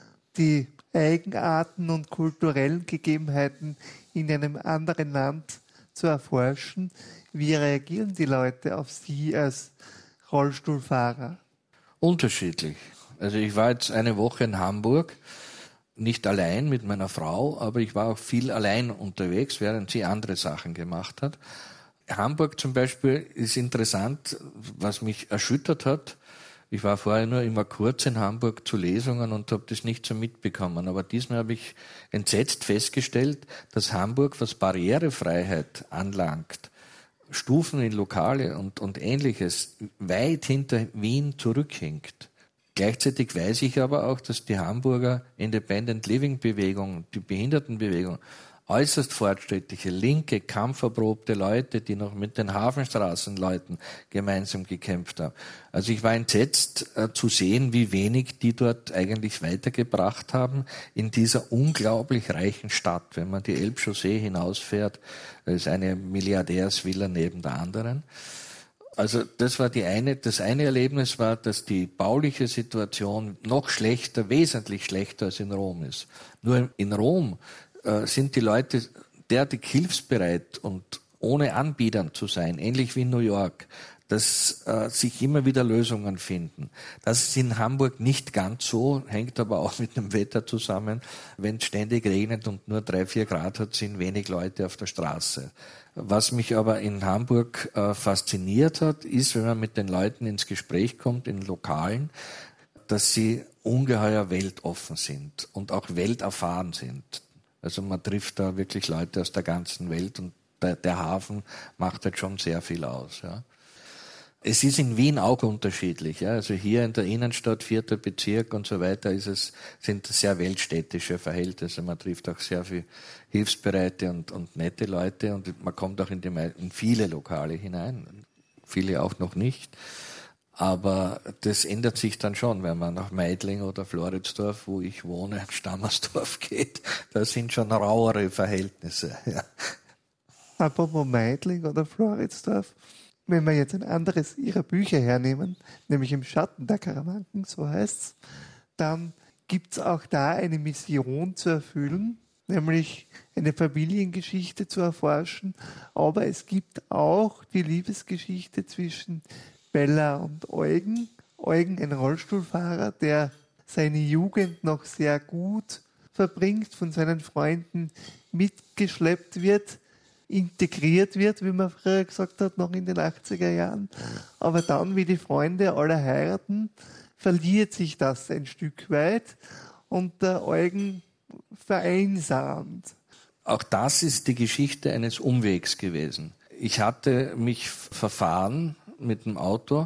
die Eigenarten und kulturellen Gegebenheiten in einem anderen Land zu erforschen. Wie reagieren die Leute auf Sie als Rollstuhlfahrer? Unterschiedlich. Also ich war jetzt eine Woche in Hamburg, nicht allein mit meiner Frau, aber ich war auch viel allein unterwegs, während sie andere Sachen gemacht hat. Hamburg zum Beispiel ist interessant, was mich erschüttert hat. Ich war vorher nur immer kurz in Hamburg zu Lesungen und habe das nicht so mitbekommen. Aber diesmal habe ich entsetzt festgestellt, dass Hamburg, was Barrierefreiheit anlangt, Stufen in Lokale und Ähnliches, weit hinter Wien zurückhinkt. Gleichzeitig weiß ich aber auch, dass die Hamburger Independent Living Bewegung, die Behindertenbewegung, äußerst fortschrittliche, linke, kampferprobte Leute, die noch mit den Hafenstraßenleuten gemeinsam gekämpft haben. Also ich war entsetzt zu sehen, wie wenig die dort eigentlich weitergebracht haben in dieser unglaublich reichen Stadt. Wenn man die Elbchaussee hinausfährt, ist eine Milliardärsvilla neben der anderen. Also das eine Erlebnis war, dass die bauliche Situation noch schlechter, wesentlich schlechter als in Rom ist. Nur in Rom sind die Leute derartig hilfsbereit und ohne anbiedernd zu sein, ähnlich wie in New York, dass sich immer wieder Lösungen finden. Das ist in Hamburg nicht ganz so, hängt aber auch mit dem Wetter zusammen. Wenn es ständig regnet und nur 3-4 Grad hat, sind wenig Leute auf der Straße. Was mich aber in Hamburg fasziniert hat, ist, wenn man mit den Leuten ins Gespräch kommt, in Lokalen, dass sie ungeheuer weltoffen sind und auch welterfahren sind. Also man trifft da wirklich Leute aus der ganzen Welt und der Hafen macht halt schon sehr viel aus, ja. Es ist in Wien auch unterschiedlich. Ja. Also hier in der Innenstadt, 4. Bezirk und so weiter, sind sehr weltstädtische Verhältnisse. Man trifft auch sehr viel hilfsbereite und nette Leute und man kommt auch in viele Lokale hinein. Viele auch noch nicht. Aber das ändert sich dann schon, wenn man nach Meidling oder Floridsdorf, wo ich wohne, Stammersdorf geht. Da sind schon rauere Verhältnisse. Ja. Apropos Meidling oder Floridsdorf. Wenn wir jetzt ein anderes ihrer Bücher hernehmen, nämlich Im Schatten der Karawanken, so heißt's, dann gibt's auch da eine Mission zu erfüllen, nämlich eine Familiengeschichte zu erforschen. Aber es gibt auch die Liebesgeschichte zwischen Bella und Eugen. Eugen, ein Rollstuhlfahrer, der seine Jugend noch sehr gut verbringt, von seinen Freunden mitgeschleppt wird, integriert wird, wie man früher gesagt hat, noch in den 80er Jahren. Aber dann, wie die Freunde alle heiraten, verliert sich das ein Stück weit und der Eugen vereinsamt. Auch das ist die Geschichte eines Umwegs gewesen. Ich hatte mich verfahren mit dem Auto,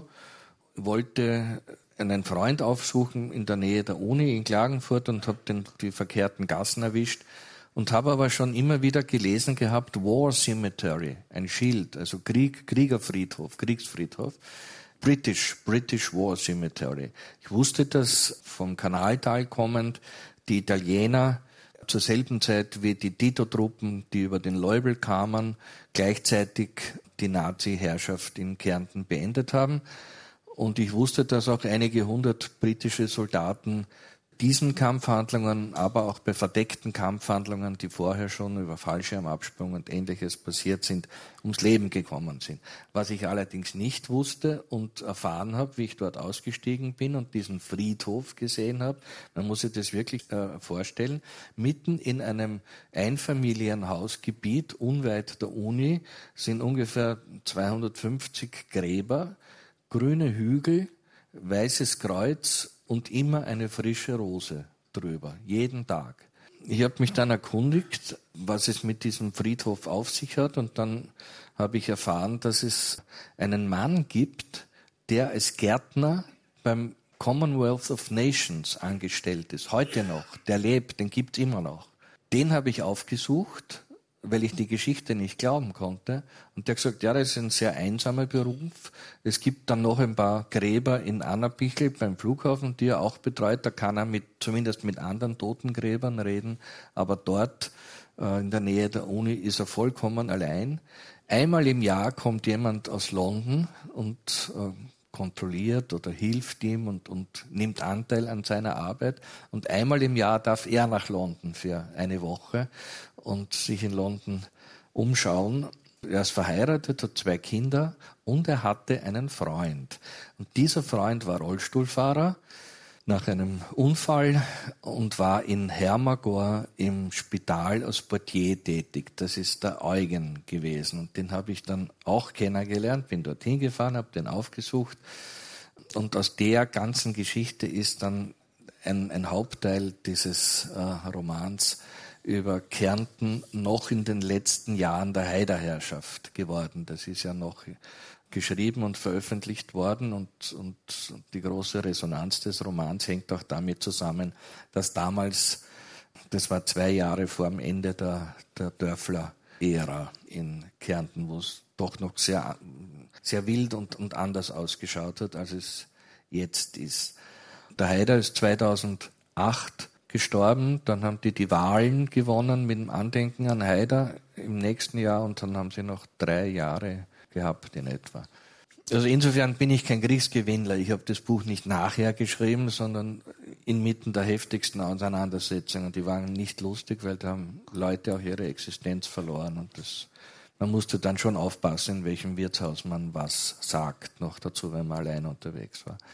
wollte einen Freund aufsuchen in der Nähe der Uni in Klagenfurt und habe die verkehrten Gassen erwischt. Und habe aber schon immer wieder gelesen gehabt, War Cemetery, ein Schild, also Kriegerfriedhof, Kriegsfriedhof, British War Cemetery. Ich wusste, dass vom Kanaltal kommend die Italiener zur selben Zeit wie die Tito-Truppen, die über den Leubel kamen, gleichzeitig die Nazi-Herrschaft in Kärnten beendet haben. Und ich wusste, dass auch einige 100 britische Soldaten diesen Kampfhandlungen, aber auch bei verdeckten Kampfhandlungen, die vorher schon über Fallschirmabsprung und Ähnliches passiert sind, ums Leben gekommen sind. Was ich allerdings nicht wusste und erfahren habe, wie ich dort ausgestiegen bin und diesen Friedhof gesehen habe, man muss sich das wirklich vorstellen, mitten in einem Einfamilienhausgebiet unweit der Uni sind ungefähr 250 Gräber, grüne Hügel, weißes Kreuz und immer eine frische Rose drüber, jeden Tag. Ich habe mich dann erkundigt, was es mit diesem Friedhof auf sich hat, und dann habe ich erfahren, dass es einen Mann gibt, der als Gärtner beim Commonwealth of Nations angestellt ist, heute noch, der lebt, den gibt's immer noch. Den habe ich aufgesucht, weil ich die Geschichte nicht glauben konnte. Und der hat gesagt, ja, das ist ein sehr einsamer Beruf. Es gibt dann noch ein paar Gräber in Annabichel beim Flughafen, die er auch betreut. Da kann er zumindest mit anderen Totengräbern reden. Aber dort, in der Nähe der Uni, ist er vollkommen allein. Einmal im Jahr kommt jemand aus London und kontrolliert oder hilft ihm und nimmt Anteil an seiner Arbeit. Und einmal im Jahr darf er nach London für eine Woche und sich in London umschauen. Er ist verheiratet, hat 2 Kinder und er hatte einen Freund. Und dieser Freund war Rollstuhlfahrer nach einem Unfall und war in Hermagor im Spital als Portier tätig. Das ist der Eugen gewesen. Und den habe ich dann auch kennengelernt, bin dorthin gefahren, habe den aufgesucht. Und aus der ganzen Geschichte ist dann ein Hauptteil dieses Romans über Kärnten noch in den letzten Jahren der Haider-Herrschaft geworden. Das ist ja noch geschrieben und veröffentlicht worden und die große Resonanz des Romans hängt auch damit zusammen, dass damals, das war 2 Jahre vor dem Ende der Dörfler-Ära in Kärnten, wo es doch noch sehr, sehr wild und anders ausgeschaut hat, als es jetzt ist. Der Haider ist 2008 gestorben, dann haben die Wahlen gewonnen mit dem Andenken an Haider im nächsten Jahr und dann haben sie noch 3 Jahre gehabt in etwa. Also insofern bin ich kein Kriegsgewinnler. Ich habe das Buch nicht nachher geschrieben, sondern inmitten der heftigsten Auseinandersetzungen. Die waren nicht lustig, weil da haben Leute auch ihre Existenz verloren. Und man musste dann schon aufpassen, in welchem Wirtshaus man was sagt. Noch dazu, wenn man allein unterwegs war.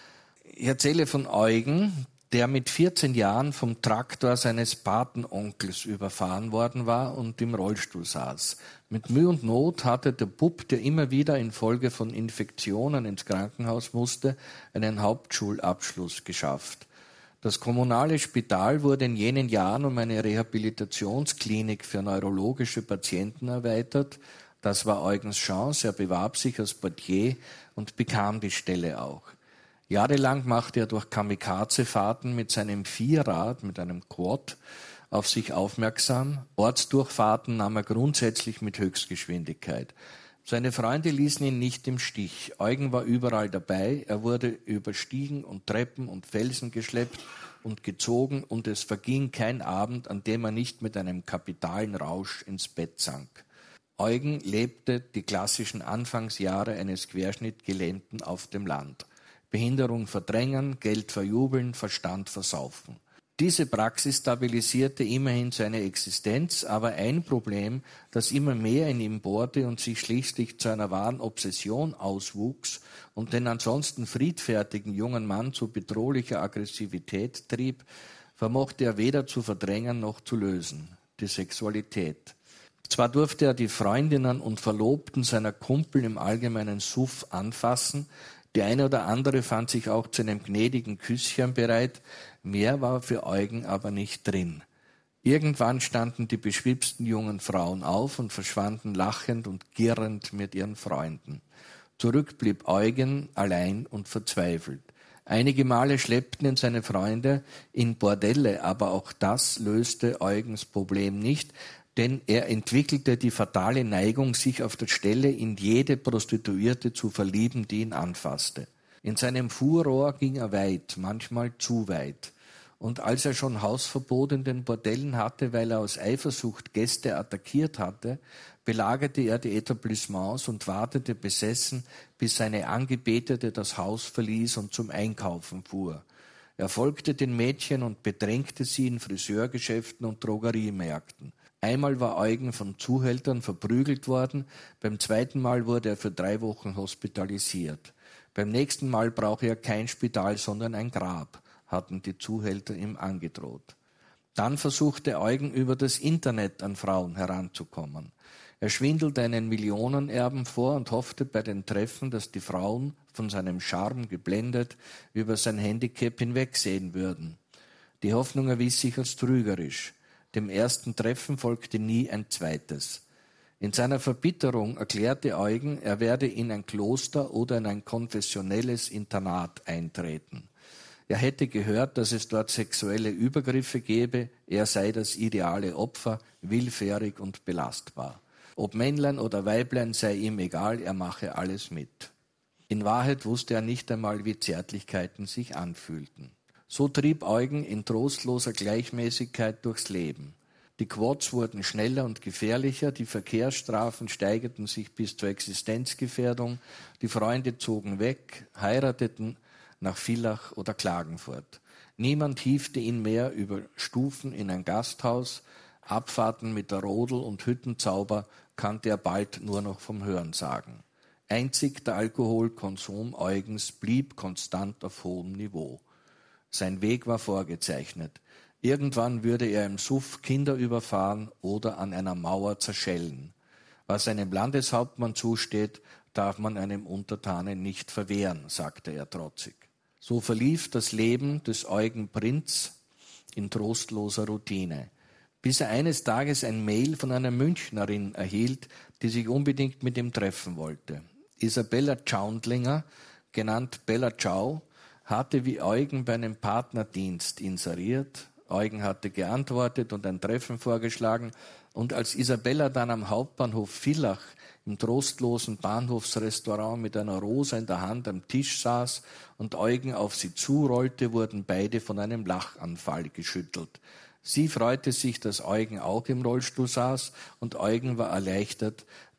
Ich erzähle von Eugen, der mit 14 Jahren vom Traktor seines Patenonkels überfahren worden war und im Rollstuhl saß. Mit Mühe und Not hatte der Bub, der immer wieder infolge von Infektionen ins Krankenhaus musste, einen Hauptschulabschluss geschafft. Das kommunale Spital wurde in jenen Jahren um eine Rehabilitationsklinik für neurologische Patienten erweitert. Das war Eugens Chance. Er bewarb sich als Portier und bekam die Stelle auch. Jahrelang machte er durch Kamikazefahrten mit seinem Vierrad, mit einem Quad, auf sich aufmerksam. Ortsdurchfahrten nahm er grundsätzlich mit Höchstgeschwindigkeit. Seine Freunde ließen ihn nicht im Stich. Eugen war überall dabei. Er wurde über Stiegen und Treppen und Felsen geschleppt und gezogen, und es verging kein Abend, an dem er nicht mit einem kapitalen Rausch ins Bett sank. Eugen lebte die klassischen Anfangsjahre eines Querschnittgelähmten auf dem Land. Behinderung verdrängen, Geld verjubeln, Verstand versaufen. Diese Praxis stabilisierte immerhin seine Existenz, aber ein Problem, das immer mehr in ihm bohrte und sich schließlich zu einer wahren Obsession auswuchs und den ansonsten friedfertigen jungen Mann zu bedrohlicher Aggressivität trieb, vermochte er weder zu verdrängen noch zu lösen: die Sexualität. Zwar durfte er die Freundinnen und Verlobten seiner Kumpel im allgemeinen Suff anfassen, die eine oder andere fand sich auch zu einem gnädigen Küsschen bereit, mehr war für Eugen aber nicht drin. Irgendwann standen die beschwipsten jungen Frauen auf und verschwanden lachend und girrend mit ihren Freunden. Zurück blieb Eugen allein und verzweifelt. Einige Male schleppten ihn seine Freunde in Bordelle, aber auch das löste Eugens Problem nicht, denn er entwickelte die fatale Neigung, sich auf der Stelle in jede Prostituierte zu verlieben, die ihn anfasste. In seinem Furor ging er weit, manchmal zu weit. Und als er schon Hausverbot in den Bordellen hatte, weil er aus Eifersucht Gäste attackiert hatte, belagerte er die Etablissements und wartete besessen, bis seine Angebetete das Haus verließ und zum Einkaufen fuhr. Er folgte den Mädchen und bedrängte sie in Friseurgeschäften und Drogeriemärkten. Einmal war Eugen von Zuhältern verprügelt worden, beim zweiten Mal wurde er für 3 Wochen hospitalisiert. Beim nächsten Mal brauche er kein Spital, sondern ein Grab, hatten die Zuhälter ihm angedroht. Dann versuchte Eugen über das Internet an Frauen heranzukommen. Er schwindelte einen Millionenerben vor und hoffte bei den Treffen, dass die Frauen, von seinem Charme geblendet, über sein Handicap hinwegsehen würden. Die Hoffnung erwies sich als trügerisch. Dem ersten Treffen folgte nie ein zweites. In seiner Verbitterung erklärte Eugen, er werde in ein Kloster oder in ein konfessionelles Internat eintreten. Er hätte gehört, dass es dort sexuelle Übergriffe gebe, er sei das ideale Opfer, willfährig und belastbar. Ob Männlein oder Weiblein sei ihm egal, er mache alles mit. In Wahrheit wusste er nicht einmal, wie Zärtlichkeiten sich anfühlten. So trieb Eugen in trostloser Gleichmäßigkeit durchs Leben. Die Quads wurden schneller und gefährlicher, die Verkehrsstrafen steigerten sich bis zur Existenzgefährdung, die Freunde zogen weg, heirateten nach Villach oder Klagenfurt. Niemand hiefte ihn mehr über Stufen in ein Gasthaus, Abfahrten mit der Rodel und Hüttenzauber kannte er bald nur noch vom Hörensagen. Einzig der Alkoholkonsum Eugens blieb konstant auf hohem Niveau. Sein Weg war vorgezeichnet. Irgendwann würde er im Suff Kinder überfahren oder an einer Mauer zerschellen. Was einem Landeshauptmann zusteht, darf man einem Untertanen nicht verwehren, sagte er trotzig. So verlief das Leben des Eugen Prinz in trostloser Routine, bis er eines Tages ein Mail von einer Münchnerin erhielt, die sich unbedingt mit ihm treffen wollte. Isabella Tschaundlinger, genannt Bella Ciao, hatte wie Eugen bei einem Partnerdienst inseriert. Eugen hatte geantwortet und ein Treffen vorgeschlagen. Und als Isabella dann am Hauptbahnhof Villach im trostlosen Bahnhofsrestaurant mit einer Rose in der Hand am Tisch saß und Eugen auf sie zurollte, wurden beide von einem Lachanfall geschüttelt. Sie freute sich, dass Eugen auch im Rollstuhl saß, und Eugen war erleichtert,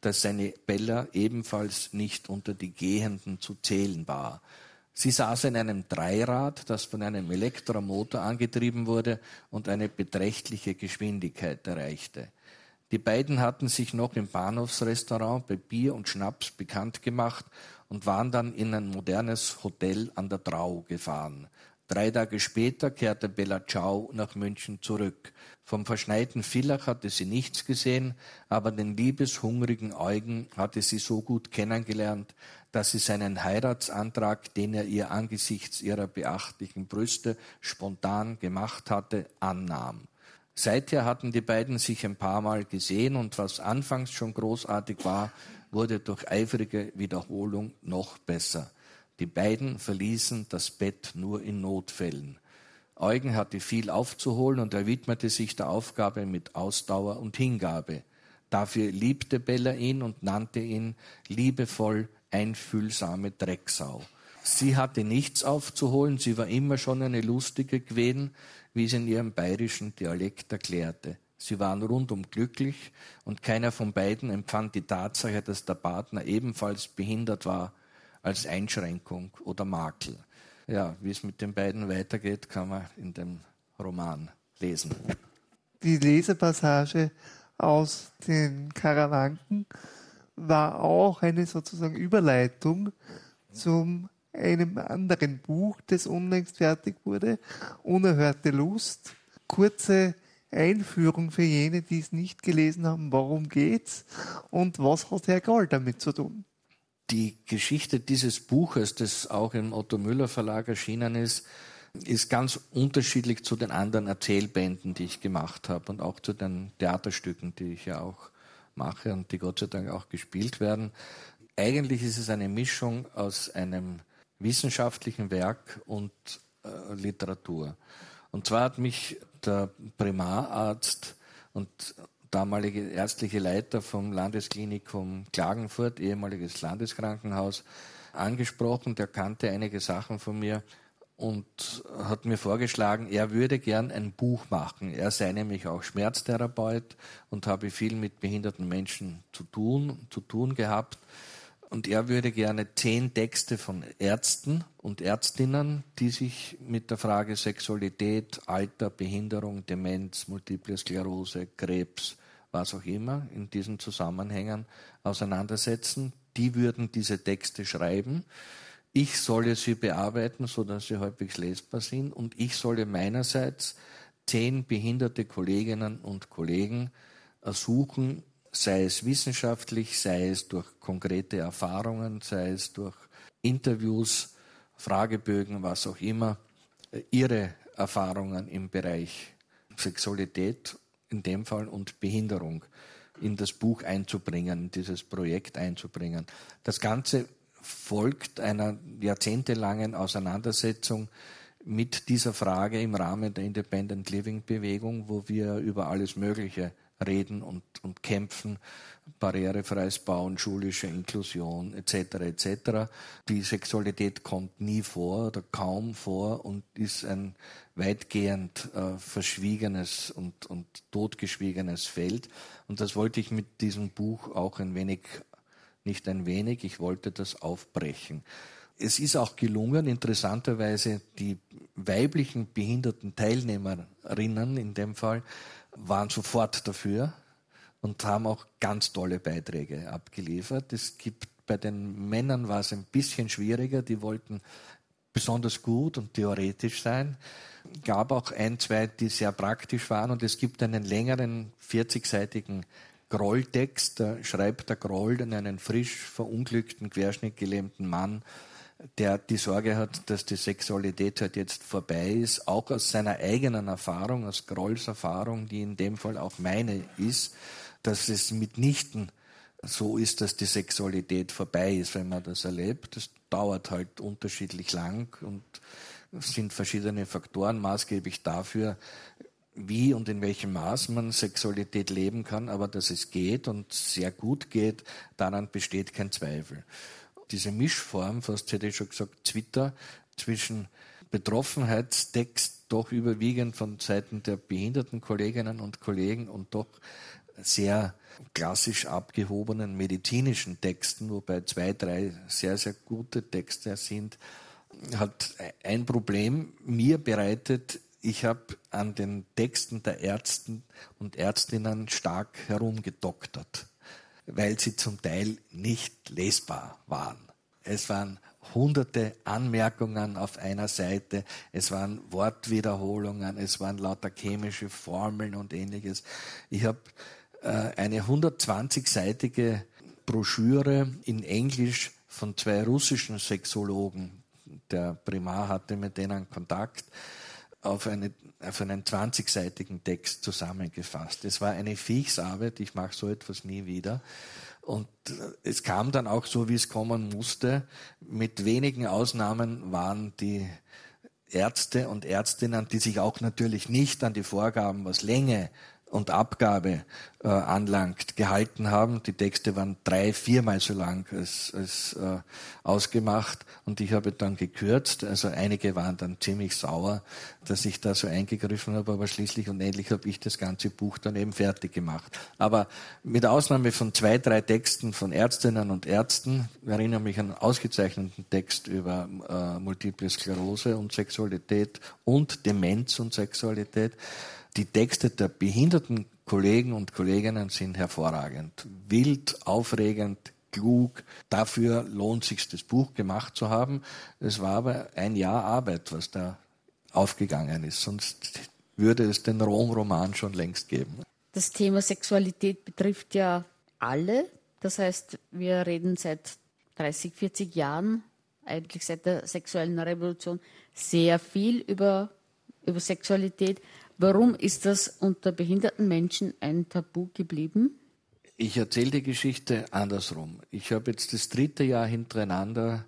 dass seine Bella ebenfalls nicht unter die Gehenden zu zählen war. Sie saß in einem Dreirad, das von einem Elektromotor angetrieben wurde und eine beträchtliche Geschwindigkeit erreichte. Die beiden hatten sich noch im Bahnhofsrestaurant bei Bier und Schnaps bekannt gemacht und waren dann in ein modernes Hotel an der Drau gefahren. 3 Tage später kehrte Bella Ciao nach München zurück. Vom verschneiten Villach hatte sie nichts gesehen, aber den liebeshungrigen Eugen hatte sie so gut kennengelernt, dass sie seinen Heiratsantrag, den er ihr angesichts ihrer beachtlichen Brüste spontan gemacht hatte, annahm. Seither hatten die beiden sich ein paar Mal gesehen und was anfangs schon großartig war, wurde durch eifrige Wiederholung noch besser. Die beiden verließen das Bett nur in Notfällen. Eugen hatte viel aufzuholen und er widmete sich der Aufgabe mit Ausdauer und Hingabe. Dafür liebte Bella ihn und nannte ihn liebevoll einfühlsame Drecksau. Sie hatte nichts aufzuholen, sie war immer schon eine lustige gewesen, wie sie in ihrem bayerischen Dialekt erklärte. Sie waren rundum glücklich und keiner von beiden empfand die Tatsache, dass der Partner ebenfalls behindert war, als Einschränkung oder Makel. Ja, wie es mit den beiden weitergeht, kann man in dem Roman lesen. Die Lesepassage aus den Karawanken war auch eine sozusagen Überleitung zu einem anderen Buch, das unlängst fertig wurde, Unerhörte Lust. Kurze Einführung für jene, die es nicht gelesen haben, worum geht's und was hat Herr Groll damit zu tun? Die Geschichte dieses Buches, das auch im Otto Müller Verlag erschienen ist ganz unterschiedlich zu den anderen Erzählbänden, die ich gemacht habe und auch zu den Theaterstücken, die ich ja auch mache und die Gott sei Dank auch gespielt werden. Eigentlich ist es eine Mischung aus einem wissenschaftlichen Werk und Literatur. Und zwar hat mich der Primararzt und damalige ärztliche Leiter vom Landesklinikum Klagenfurt, ehemaliges Landeskrankenhaus, angesprochen. Der kannte einige Sachen von mir und hat mir vorgeschlagen, er würde gern ein Buch machen. Er sei nämlich auch Schmerztherapeut und habe viel mit behinderten Menschen zu tun gehabt. Und er würde gerne 10 Texte von Ärzten und Ärztinnen, die sich mit der Frage Sexualität, Alter, Behinderung, Demenz, Multiple Sklerose, Krebs, was auch immer in diesen Zusammenhängen auseinandersetzen. Die würden diese Texte schreiben. Ich solle sie bearbeiten, sodass sie halbwegs lesbar sind. Und ich solle meinerseits 10 behinderte Kolleginnen und Kollegen ersuchen, sei es wissenschaftlich, sei es durch konkrete Erfahrungen, sei es durch Interviews, Fragebögen, was auch immer, ihre Erfahrungen im Bereich Sexualität in dem Fall und Behinderung in das Buch einzubringen, in dieses Projekt einzubringen. Das Ganze folgt einer jahrzehntelangen Auseinandersetzung mit dieser Frage im Rahmen der Independent Living Bewegung, wo wir über alles Mögliche reden und kämpfen, barrierefreies Bauen, schulische Inklusion etc. etc. Die Sexualität kommt nie vor oder kaum vor und ist ein weitgehend verschwiegenes und totgeschwiegenes Feld. Und das wollte ich mit diesem Buch auch ich wollte das aufbrechen. Es ist auch gelungen, interessanterweise die weiblichen behinderten Teilnehmerinnen in dem Fall waren sofort dafür und haben auch ganz tolle Beiträge abgeliefert. Bei den Männern war es ein bisschen schwieriger, die wollten besonders gut und theoretisch sein. Gab auch 1, 2, die sehr praktisch waren und es gibt einen längeren 40-seitigen Groll-Text, da schreibt der Groll an einen frisch verunglückten, querschnittgelähmten Mann, der die Sorge hat, dass die Sexualität halt jetzt vorbei ist, auch aus seiner eigenen Erfahrung, aus Grolls Erfahrung, die in dem Fall auch meine ist, dass es mitnichten so ist, dass die Sexualität vorbei ist, wenn man das erlebt. Das dauert halt unterschiedlich lang und es sind verschiedene Faktoren maßgeblich dafür, wie und in welchem Maß man Sexualität leben kann, aber dass es geht und sehr gut geht, daran besteht kein Zweifel. Diese Mischform, fast hätte ich schon gesagt, Zwitter, zwischen Betroffenheitstext doch überwiegend von Seiten der behinderten Kolleginnen und Kollegen und doch sehr klassisch abgehobenen medizinischen Texten, wobei 2, 3 sehr, sehr gute Texte sind, hat ein Problem mir bereitet. Ich habe an den Texten der Ärzte und Ärztinnen stark herumgedoktert, weil sie zum Teil nicht lesbar waren. Es waren hunderte Anmerkungen auf einer Seite, es waren Wortwiederholungen, es waren lauter chemische Formeln und Ähnliches. Ich habe eine 120-seitige Broschüre in Englisch von 2 russischen Sexologen, der Primar hatte mit denen Kontakt, auf einen 20-seitigen Text zusammengefasst. Es war eine Viechsarbeit, ich mache so etwas nie wieder. Und es kam dann auch so, wie es kommen musste. Mit wenigen Ausnahmen waren die Ärzte und Ärztinnen, die sich auch natürlich nicht an die Vorgaben, was Länge und Abgabe anlangt, gehalten haben. Die Texte waren 3-, 4-mal so lang als ausgemacht und ich habe dann gekürzt. Also einige waren dann ziemlich sauer, dass ich da so eingegriffen habe, aber schließlich und endlich habe ich das ganze Buch dann eben fertig gemacht. Aber mit Ausnahme von 2, 3 Texten von Ärztinnen und Ärzten, ich erinnere mich an einen ausgezeichneten Text über Multiple Sklerose und Sexualität und Demenz und Sexualität. Die Texte der behinderten Kollegen und Kolleginnen sind hervorragend. Wild, aufregend, klug. Dafür lohnt es sich, das Buch gemacht zu haben. Es war aber ein Jahr Arbeit, was da aufgegangen ist. Sonst würde es den Rom-Roman schon längst geben. Das Thema Sexualität betrifft ja alle. Das heißt, wir reden seit 30, 40 Jahren, eigentlich seit der sexuellen Revolution, sehr viel über Sexualität. Warum ist das unter behinderten Menschen ein Tabu geblieben? Ich erzähle die Geschichte andersrum. Ich habe jetzt das 4. Jahr hintereinander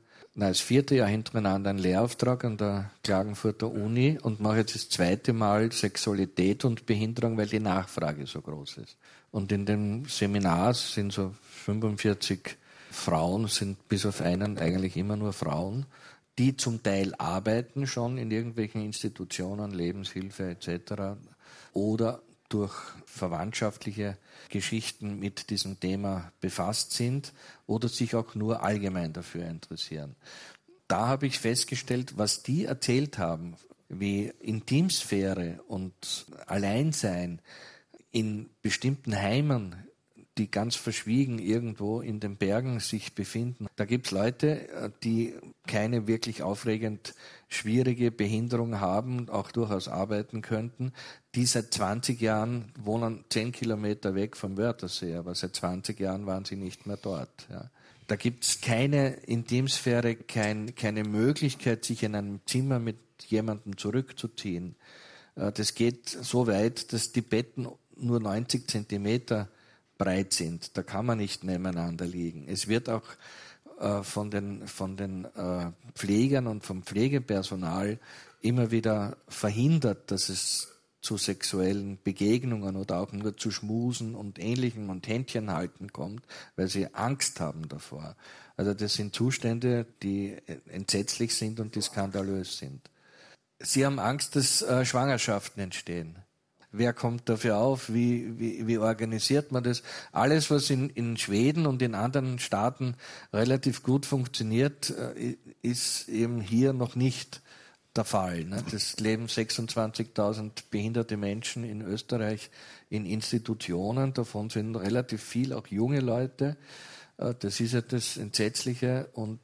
einen Lehrauftrag an der Klagenfurter Uni und mache jetzt das 2. Mal Sexualität und Behinderung, weil die Nachfrage so groß ist. Und in dem Seminar sind so 45 Frauen, sind bis auf einen eigentlich immer nur Frauen, die zum Teil arbeiten schon in irgendwelchen Institutionen, Lebenshilfe etc. oder durch verwandtschaftliche Geschichten mit diesem Thema befasst sind oder sich auch nur allgemein dafür interessieren. Da habe ich festgestellt, was die erzählt haben, wie Intimsphäre und Alleinsein in bestimmten Heimen, die ganz verschwiegen irgendwo in den Bergen sich befinden. Da gibt es Leute, die keine wirklich aufregend schwierige Behinderung haben, auch durchaus arbeiten könnten, die seit 20 Jahren wohnen 10 Kilometer weg vom Wörthersee, aber seit 20 Jahren waren sie nicht mehr dort. Ja. Da gibt es keine Intimsphäre, keine Möglichkeit, sich in einem Zimmer mit jemandem zurückzuziehen. Das geht so weit, dass die Betten nur 90 Zentimeter breit sind. Da kann man nicht nebeneinander liegen. Es wird auch von den Pflegern und vom Pflegepersonal immer wieder verhindert, dass es zu sexuellen Begegnungen oder auch nur zu Schmusen und Ähnlichem und Händchen halten kommt, weil sie Angst haben davor. Also das sind Zustände, die entsetzlich sind und die skandalös sind. Sie haben Angst, dass Schwangerschaften entstehen. Wer kommt dafür auf? Wie organisiert man das? Alles, was in Schweden und in anderen Staaten relativ gut funktioniert, ist eben hier noch nicht der Fall. Das leben 26.000 behinderte Menschen in Österreich in Institutionen. Davon sind relativ viel auch junge Leute. Das ist ja das Entsetzliche und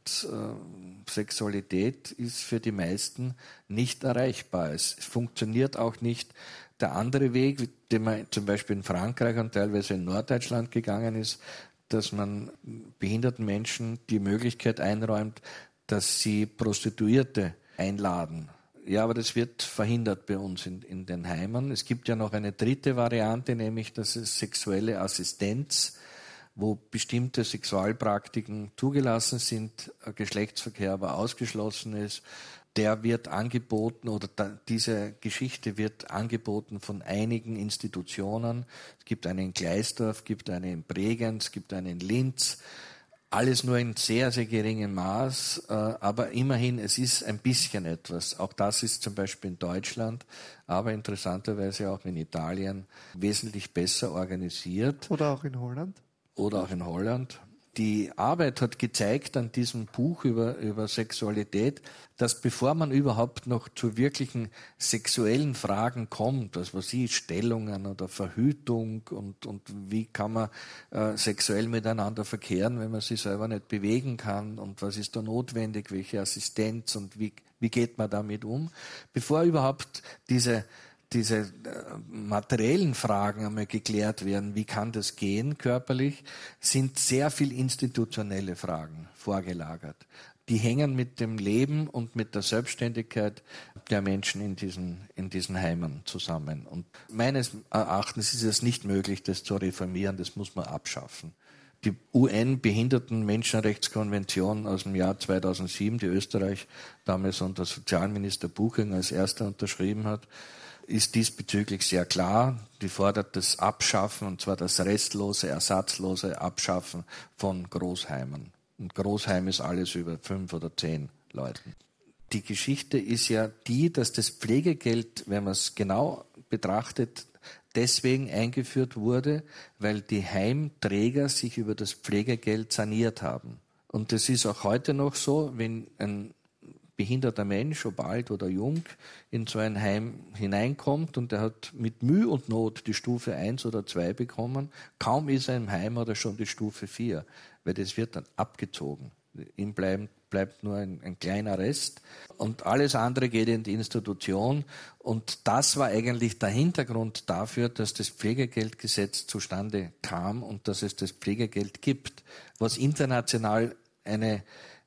Sexualität ist für die meisten nicht erreichbar. Es funktioniert auch nicht der andere Weg, den man zum Beispiel in Frankreich und teilweise in Norddeutschland gegangen ist, dass man behinderten Menschen die Möglichkeit einräumt, dass sie Prostituierte einladen. Ja, aber das wird verhindert bei uns in den Heimen. Es gibt ja noch eine dritte Variante, nämlich das ist sexuelle Assistenz, wo bestimmte Sexualpraktiken zugelassen sind, Geschlechtsverkehr aber ausgeschlossen ist. Der wird angeboten oder diese Geschichte wird angeboten von einigen Institutionen. Es gibt eine in Gleisdorf, es gibt eine in Bregenz, es gibt eine in Linz. Alles nur in sehr, sehr geringem Maß, aber immerhin, es ist ein bisschen etwas. Auch das ist zum Beispiel in Deutschland, aber interessanterweise auch in Italien wesentlich besser organisiert. Oder auch in Holland. Oder auch in Holland. Die Arbeit hat gezeigt an diesem Buch über Sexualität, dass bevor man überhaupt noch zu wirklichen sexuellen Fragen kommt, also was ich, Stellungen oder Verhütung und wie kann man sexuell miteinander verkehren, wenn man sich selber nicht bewegen kann und was ist da notwendig, welche Assistenz und wie geht man damit um, bevor überhaupt diese materiellen Fragen einmal geklärt werden, wie kann das gehen körperlich, sind sehr viel institutionelle Fragen vorgelagert. Die hängen mit dem Leben und mit der Selbstständigkeit der Menschen in diesen Heimen zusammen. Und meines Erachtens ist es nicht möglich, das zu reformieren, das muss man abschaffen. Die UN-Behinderten-Menschenrechtskonvention aus dem Jahr 2007, die Österreich damals unter Sozialminister Buching als erster unterschrieben hat, ist diesbezüglich sehr klar. Die fordert das Abschaffen, und zwar das restlose, ersatzlose Abschaffen von Großheimen. Und Großheim ist alles über 5 oder 10 Leuten. Die Geschichte ist ja die, dass das Pflegegeld, wenn man es genau betrachtet, deswegen eingeführt wurde, weil die Heimträger sich über das Pflegegeld saniert haben. Und das ist auch heute noch so, wenn ein behinderter Mensch, ob alt oder jung, in so ein Heim hineinkommt und er hat mit Mühe und Not die Stufe 1 oder 2 bekommen, kaum ist er im Heim oder schon die Stufe 4, weil das wird dann abgezogen. Ihm bleibt nur ein kleiner Rest und alles andere geht in die Institution, und das war eigentlich der Hintergrund dafür, dass das Pflegegeldgesetz zustande kam und dass es das Pflegegeld gibt, was international eine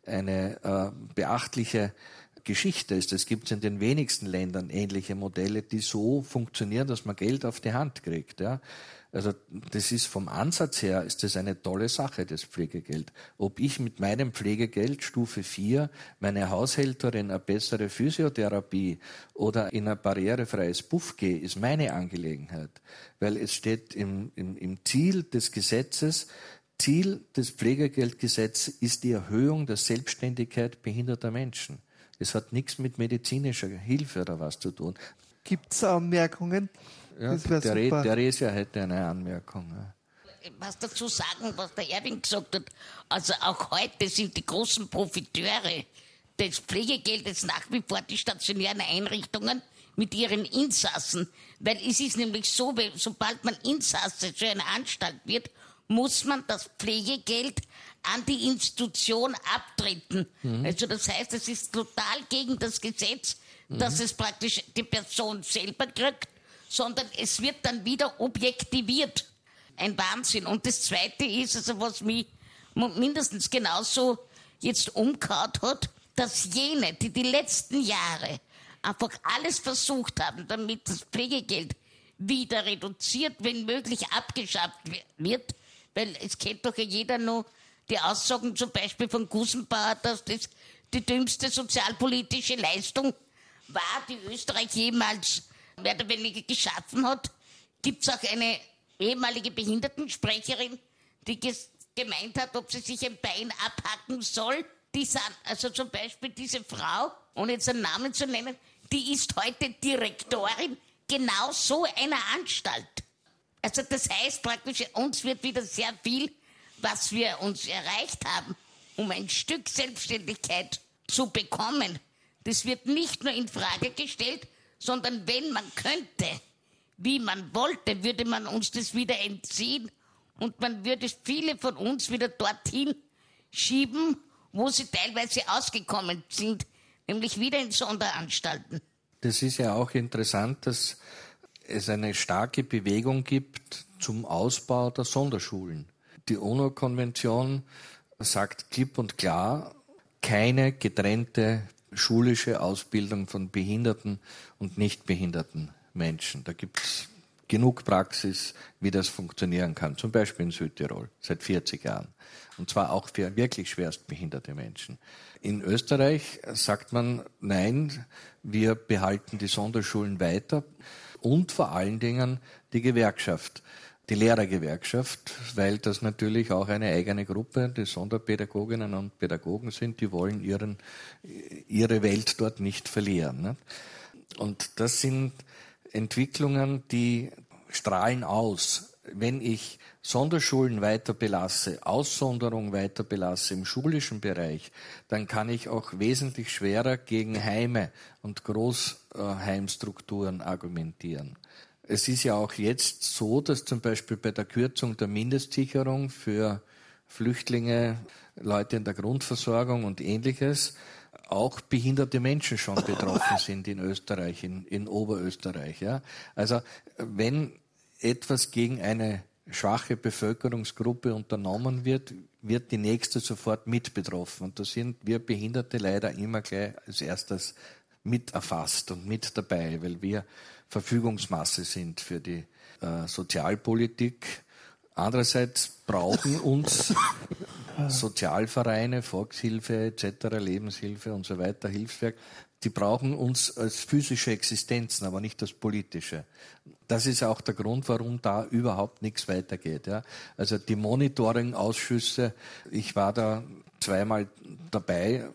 beachtliche Geschichte ist. Es gibt in den wenigsten Ländern ähnliche Modelle, die so funktionieren, dass man Geld auf die Hand kriegt. Ja. Also das ist vom Ansatz her, ist das eine tolle Sache, das Pflegegeld. Ob ich mit meinem Pflegegeld Stufe 4 meine Haushälterin eine bessere Physiotherapie oder in ein barrierefreies Buff gehe, ist meine Angelegenheit. Weil es steht im Ziel des Gesetzes, Ziel des Pflegegeldgesetzes ist die Erhöhung der Selbstständigkeit behinderter Menschen. Es hat nichts mit medizinischer Hilfe oder was zu tun. Gibt es Anmerkungen? Ja, der Resia hätte eine Anmerkung. Ja. Was dazu sagen, was der Erwin gesagt hat. Also auch heute sind die großen Profiteure des Pflegegeldes nach wie vor die stationären Einrichtungen mit ihren Insassen. Weil es ist nämlich so, sobald man Insasse für eine Anstalt wird, muss man das Pflegegeld an die Institution abtreten. Also das heißt, es ist total gegen das Gesetz, dass es praktisch die Person selber kriegt, sondern es wird dann wieder objektiviert. Ein Wahnsinn. Und das Zweite ist, also was mich mindestens genauso jetzt umgehauen hat, dass jene, die die letzten Jahre einfach alles versucht haben, damit das Pflegegeld wieder reduziert, wenn möglich abgeschafft wird, weil es kennt doch ja jeder noch die Aussagen zum Beispiel von Gusenbauer, dass das die dümmste sozialpolitische Leistung war, die Österreich jemals mehr oder weniger geschaffen hat. Gibt es auch eine ehemalige Behindertensprecherin, die gemeint hat, ob sie sich ein Bein abhacken soll. Also zum Beispiel diese Frau, ohne jetzt einen Namen zu nennen, die ist heute Direktorin genau so einer Anstalt. Also das heißt praktisch, uns wird wieder sehr viel, was wir uns erreicht haben, um ein Stück Selbstständigkeit zu bekommen. Das wird nicht nur in Frage gestellt, sondern wenn man könnte, wie man wollte, würde man uns das wieder entziehen und man würde viele von uns wieder dorthin schieben, wo sie teilweise ausgekommen sind, nämlich wieder in Sonderanstalten. Das ist ja auch interessant, dass es eine starke Bewegung gibt zum Ausbau der Sonderschulen. Die UNO-Konvention sagt klipp und klar, keine getrennte schulische Ausbildung von behinderten und nicht behinderten Menschen. Da gibt es genug Praxis, wie das funktionieren kann. Zum Beispiel in Südtirol seit 40 Jahren. Und zwar auch für wirklich schwerstbehinderte Menschen. In Österreich sagt man, nein, wir behalten die Sonderschulen weiter. Und vor allen Dingen die Gewerkschaft die Lehrergewerkschaft, weil das natürlich auch eine eigene Gruppe, die Sonderpädagoginnen und Pädagogen sind, die wollen ihre Welt dort nicht verlieren. Ne? Und das sind Entwicklungen, die strahlen aus. Wenn ich Sonderschulen weiter belasse, Aussonderung weiter belasse im schulischen Bereich, dann kann ich auch wesentlich schwerer gegen Heime und Großheimstrukturen argumentieren. Es ist ja auch jetzt so, dass zum Beispiel bei der Kürzung der Mindestsicherung für Flüchtlinge, Leute in der Grundversorgung und Ähnliches auch behinderte Menschen schon betroffen sind in Österreich, in Oberösterreich. Ja. Also wenn etwas gegen eine schwache Bevölkerungsgruppe unternommen wird, wird die nächste sofort mit betroffen. Und da sind wir Behinderte leider immer gleich als erstes mit erfasst und mit dabei, weil wir Verfügungsmasse sind für die Sozialpolitik. Andererseits brauchen uns Sozialvereine, Volkshilfe etc., Lebenshilfe und so weiter, Hilfswerk, die brauchen uns als physische Existenzen, aber nicht als politische. Das ist auch der Grund, warum da überhaupt nichts weitergeht. Ja. Also die Monitoring-Ausschüsse, ich war da zweimal dabei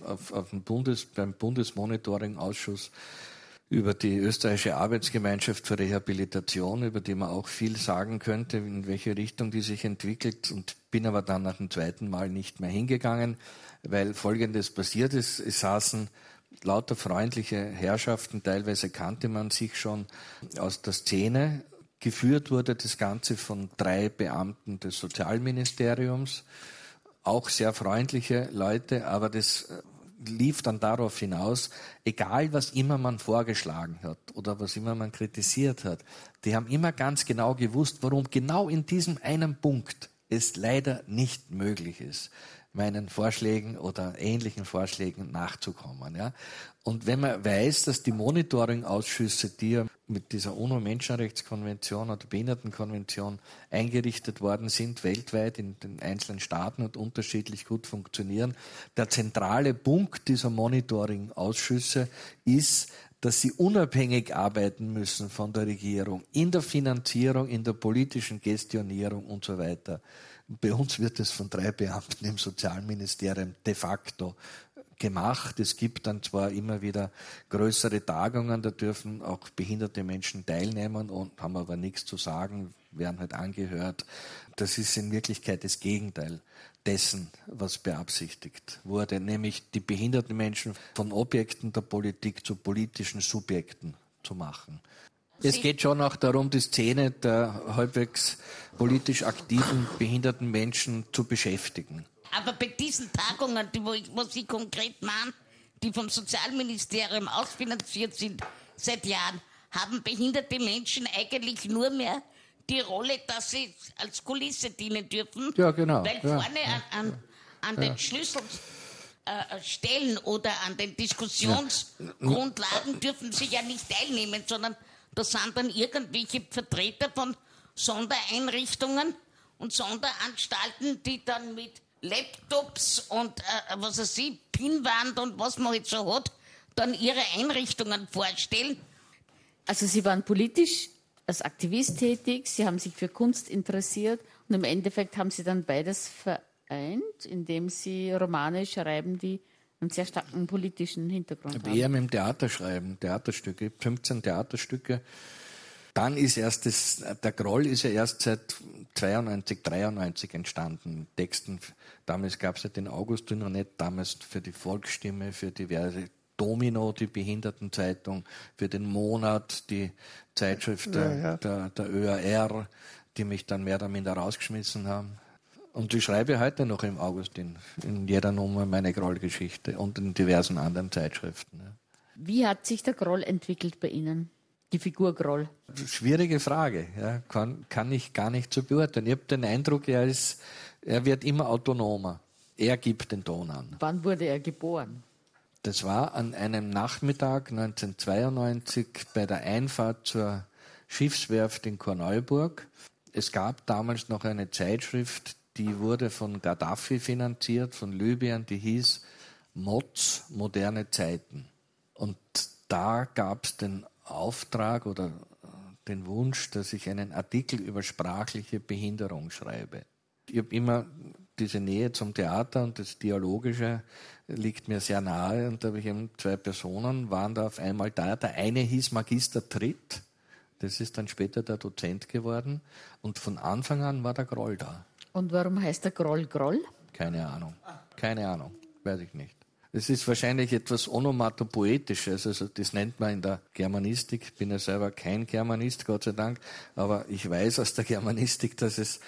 beim Bundesmonitoring-Ausschuss über die österreichische Arbeitsgemeinschaft für Rehabilitation, über die man auch viel sagen könnte, in welche Richtung die sich entwickelt, und bin aber dann nach dem zweiten Mal nicht mehr hingegangen, weil Folgendes passiert ist. Es saßen lauter freundliche Herrschaften, teilweise kannte man sich schon aus der Szene. Geführt wurde das Ganze von 3 Beamten des Sozialministeriums, auch sehr freundliche Leute, aber das lief dann darauf hinaus, egal was immer man vorgeschlagen hat oder was immer man kritisiert hat, die haben immer ganz genau gewusst, warum genau in diesem einen Punkt es leider nicht möglich ist, meinen Vorschlägen oder ähnlichen Vorschlägen nachzukommen. Ja. Und wenn man weiß, dass die Monitoring-Ausschüsse, die ja mit dieser UNO-Menschenrechtskonvention oder Behindertenkonvention eingerichtet worden sind, weltweit in den einzelnen Staaten und unterschiedlich gut funktionieren, der zentrale Punkt dieser Monitoring-Ausschüsse ist, dass sie unabhängig arbeiten müssen von der Regierung, in der Finanzierung, in der politischen Gestionierung und so weiter. Bei uns wird es von 3 Beamten im Sozialministerium de facto gemacht. Es gibt dann zwar immer wieder größere Tagungen, da dürfen auch behinderte Menschen teilnehmen und haben aber nichts zu sagen, werden halt angehört. Das ist in Wirklichkeit das Gegenteil dessen, was beabsichtigt wurde, nämlich die behinderten Menschen von Objekten der Politik zu politischen Subjekten zu machen. Es geht schon auch darum, die Szene der halbwegs politisch aktiven behinderten Menschen zu beschäftigen. Aber bei diesen Tagungen, was ich konkret meine, die vom Sozialministerium ausfinanziert sind seit Jahren, haben behinderte Menschen eigentlich nur mehr die Rolle, dass sie als Kulisse dienen dürfen. Ja, genau. Weil vorne an den Schlüsselstellen oder an den Diskussionsgrundlagen dürfen sie ja nicht teilnehmen, sondern das sind dann irgendwelche Vertreter von Sondereinrichtungen und Sonderanstalten, die dann mit Laptops und was weiß ich, Pinnwand und was man halt so hat, dann ihre Einrichtungen vorstellen. Also Sie waren politisch als Aktivist tätig, Sie haben sich für Kunst interessiert und im Endeffekt haben Sie dann beides vereint, indem Sie Romane schreiben, die einen sehr starken politischen Hintergrund haben. Eher mit dem Theaterschreiben, Theaterstücke, 15 Theaterstücke. Dann ist der Groll ist ja erst seit 92, 93 entstanden. Texten, damals gab es ja den Augustin noch nicht, damals für die Volksstimme, für diverse Domino, die Behindertenzeitung, für den Monat, die Zeitschrift der ÖAR, die mich dann mehr oder minder rausgeschmissen haben. Und ich schreibe heute noch im Augustin, in jeder Nummer meine Groll-Geschichte und in diversen anderen Zeitschriften. Ja. Wie hat sich der Groll entwickelt bei Ihnen, die Figur Groll? Schwierige Frage, ja, kann ich gar nicht so beurteilen. Ich habe den Eindruck, er wird immer autonomer. Er gibt den Ton an. Wann wurde er geboren? Das war an einem Nachmittag 1992 bei der Einfahrt zur Schiffswerft in Korneuburg. Es gab damals noch eine Zeitschrift, die wurde von Gaddafi finanziert, von Libyen, die hieß MOZ, Moderne Zeiten. Und da gab es den Auftrag oder den Wunsch, dass ich einen Artikel über sprachliche Behinderung schreibe. Ich habe immer diese Nähe zum Theater und das Dialogische liegt mir sehr nahe. Und da habe ich eben 2 Personen, waren da auf einmal da. Der eine hieß Magister Tritt, das ist dann später der Dozent geworden. Und von Anfang an war der Groll da. Und warum heißt der Groll Groll? Keine Ahnung, weiß ich nicht. Es ist wahrscheinlich etwas Onomatopoetisches, also das nennt man in der Germanistik. Ich bin ja selber kein Germanist, Gott sei Dank, aber ich weiß aus der Germanistik, dass es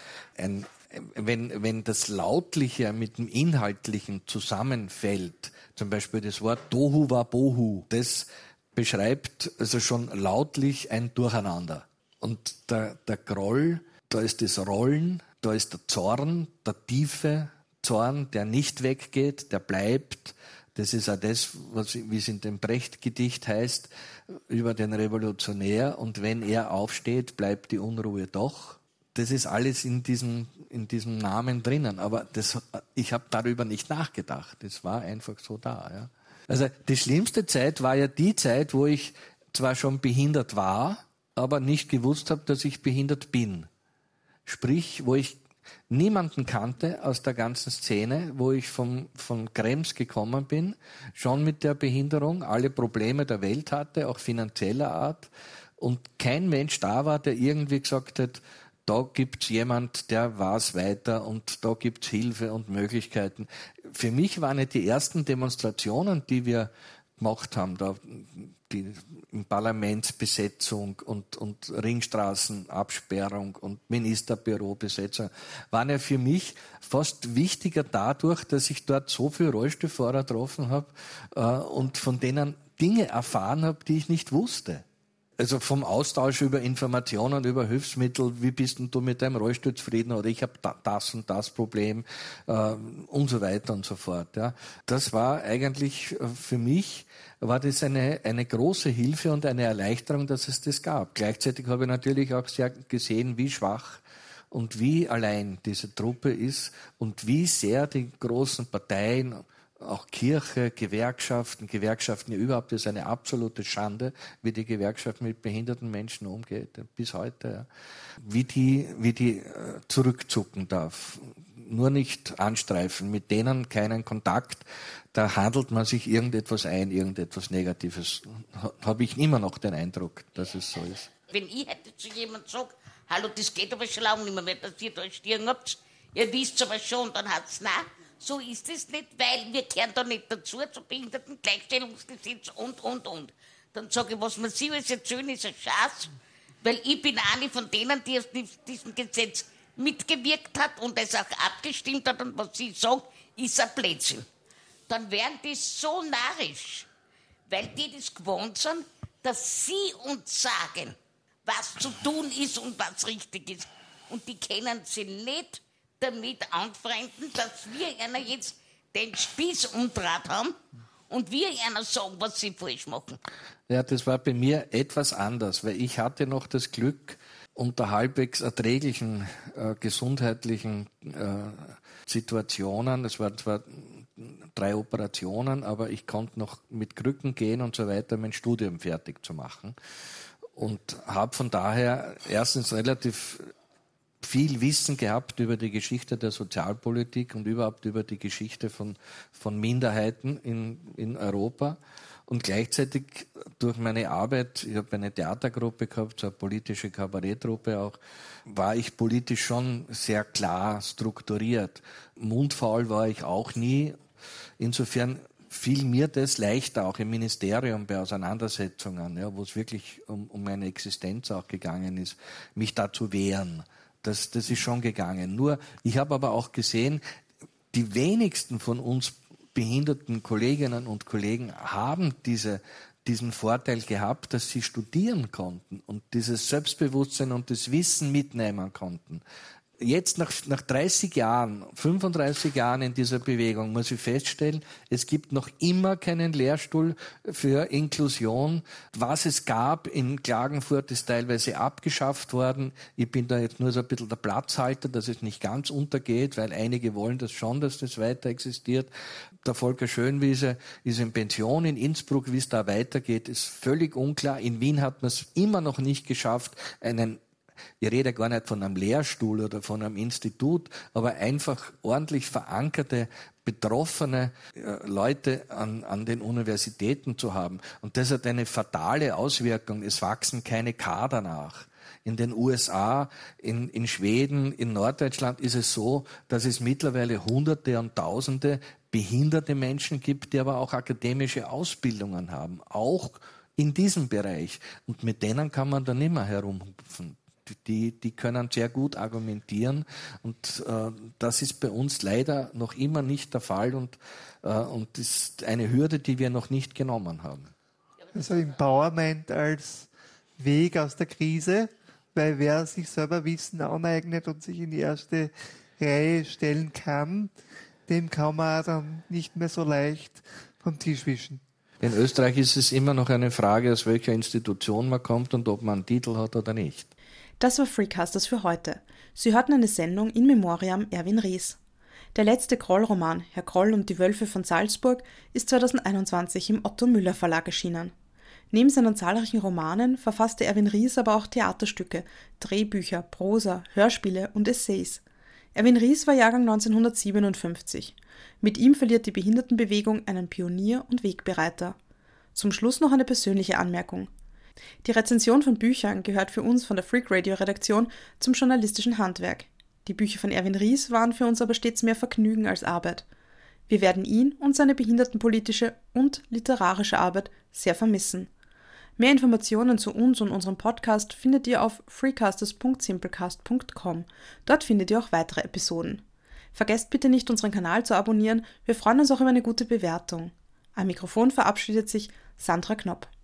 wenn das Lautliche mit dem Inhaltlichen zusammenfällt, zum Beispiel das Wort Tohu wa Bohu, das beschreibt also schon lautlich ein Durcheinander. Und der Groll, da ist das Rollen, da ist der Zorn, der tiefe Zorn, der nicht weggeht, der bleibt. Das ist auch das, wie es in dem Brecht-Gedicht heißt, über den Revolutionär. Und wenn er aufsteht, bleibt die Unruhe doch. Das ist alles in diesem Namen drinnen. Aber ich habe darüber nicht nachgedacht. Das war einfach so da. Ja. Also die schlimmste Zeit war ja die Zeit, wo ich zwar schon behindert war, aber nicht gewusst habe, dass ich behindert bin. Sprich, wo ich niemanden kannte aus der ganzen Szene, wo ich von Krems gekommen bin, schon mit der Behinderung, alle Probleme der Welt hatte, auch finanzieller Art, und kein Mensch da war, der irgendwie gesagt hat, da gibt's jemand, der weiß weiter und da gibt's Hilfe und Möglichkeiten. Für mich waren die ersten Demonstrationen, die wir gemacht haben, da die Parlamentsbesetzung und Ringstraßenabsperrung und Ministerbürobesetzung, waren ja für mich fast wichtiger dadurch, dass ich dort so viele Rollstuhlfahrer getroffen habe und von denen Dinge erfahren habe, die ich nicht wusste. Also vom Austausch über Informationen, über Hilfsmittel, wie bist denn du mit deinem Rollstuhl zufrieden oder ich habe das und das Problem und so weiter und so fort. Ja. Das war eigentlich für mich, war das eine große Hilfe und eine Erleichterung, dass es das gab. Gleichzeitig habe ich natürlich auch sehr gesehen, wie schwach und wie allein diese Truppe ist und wie sehr die großen Parteien, auch Kirche, Gewerkschaften ja überhaupt, ist eine absolute Schande, wie die Gewerkschaft mit behinderten Menschen umgeht, bis heute. Ja. Wie die zurückzucken darf. Nur nicht anstreifen, mit denen keinen Kontakt, da handelt man sich irgendetwas ein, irgendetwas Negatives. Habe ich immer noch den Eindruck, dass es so ist. Wenn ich hätte zu jemandem gesagt, hallo, das geht aber schon lange nicht mehr, dass ihr da Stirn habt, ihr wisst aber schon, dann hat's nein. So ist es nicht, weil wir gehören da nicht dazu, zum Behindertengleichstellungsgesetz und. Dann sage ich, was man sie alles erzählen, ist ein Schatz, weil ich bin eine von denen, die aus diesem Gesetz mitgewirkt hat und es auch abgestimmt hat und was sie sagt, ist ein Blödsinn. Dann wären die so narrisch, weil die das gewohnt sind, dass sie uns sagen, was zu tun ist und was richtig ist. Und die können sie nicht damit anfreunden, dass wir einer jetzt den Spieß umdreht haben und wir einer sagen, was sie falsch machen. Ja, das war bei mir etwas anders, weil ich hatte noch das Glück, unter halbwegs erträglichen gesundheitlichen Situationen, es waren zwar 3 Operationen, aber ich konnte noch mit Krücken gehen und so weiter, mein Studium fertig zu machen. Und habe von daher erstens relativ viel Wissen gehabt über die Geschichte der Sozialpolitik und überhaupt über die Geschichte von Minderheiten in Europa. Und gleichzeitig durch meine Arbeit, ich habe eine Theatergruppe gehabt, so eine politische Kabaretttruppe auch, war ich politisch schon sehr klar strukturiert. Mundfaul war ich auch nie. Insofern fiel mir das leichter, auch im Ministerium bei Auseinandersetzungen, ja, wo es wirklich um meine Existenz auch gegangen ist, mich da zu wehren. Das ist schon gegangen. Nur, ich habe aber auch gesehen, die wenigsten von uns behinderten Kolleginnen und Kollegen haben diesen Vorteil gehabt, dass sie studieren konnten und dieses Selbstbewusstsein und das Wissen mitnehmen konnten. jetzt nach 30 Jahren, 35 Jahren in dieser Bewegung muss ich feststellen, es gibt noch immer keinen Lehrstuhl für Inklusion. Was es gab in Klagenfurt, ist teilweise abgeschafft worden. Ich bin da jetzt nur so ein bisschen der Platzhalter, dass es nicht ganz untergeht, weil einige wollen das schon, dass das weiter existiert. Der Volker Schönwiese ist in Pension in Innsbruck. Wie es da weitergeht, ist völlig unklar. In Wien hat man es immer noch nicht geschafft, ich rede gar nicht von einem Lehrstuhl oder von einem Institut, aber einfach ordentlich verankerte, betroffene Leute an den Universitäten zu haben. Und das hat eine fatale Auswirkung. Es wachsen keine Kader nach. In den USA, in Schweden, in Norddeutschland ist es so, dass es mittlerweile Hunderte und Tausende behinderte Menschen gibt, die aber auch akademische Ausbildungen haben, auch in diesem Bereich. Und mit denen kann man da nicht mehr herumhupfen. Die können sehr gut argumentieren und das ist bei uns leider noch immer nicht der Fall und ist eine Hürde, die wir noch nicht genommen haben. Also Empowerment als Weg aus der Krise, weil wer sich selber Wissen aneignet und sich in die erste Reihe stellen kann, dem kann man dann nicht mehr so leicht vom Tisch wischen. In Österreich ist es immer noch eine Frage, aus welcher Institution man kommt und ob man einen Titel hat oder nicht. Das war Freecasters für heute. Sie hörten eine Sendung in Memoriam Erwin Ries. Der letzte Kroll-Roman Herr Kroll und die Wölfe von Salzburg ist 2021 im Otto Müller Verlag erschienen. Neben seinen zahlreichen Romanen verfasste Erwin Ries aber auch Theaterstücke, Drehbücher, Prosa, Hörspiele und Essays. Erwin Ries war Jahrgang 1957. Mit ihm verliert die Behindertenbewegung einen Pionier und Wegbereiter. Zum Schluss noch eine persönliche Anmerkung. Die Rezension von Büchern gehört für uns von der Freak Radio Redaktion zum journalistischen Handwerk. Die Bücher von Erwin Ries waren für uns aber stets mehr Vergnügen als Arbeit. Wir werden ihn und seine behindertenpolitische und literarische Arbeit sehr vermissen. Mehr Informationen zu uns und unserem Podcast findet ihr auf freecasters.simplecast.com. Dort findet ihr auch weitere Episoden. Vergesst bitte nicht, unseren Kanal zu abonnieren. Wir freuen uns auch über eine gute Bewertung. Am Mikrofon verabschiedet sich Sandra Knopp.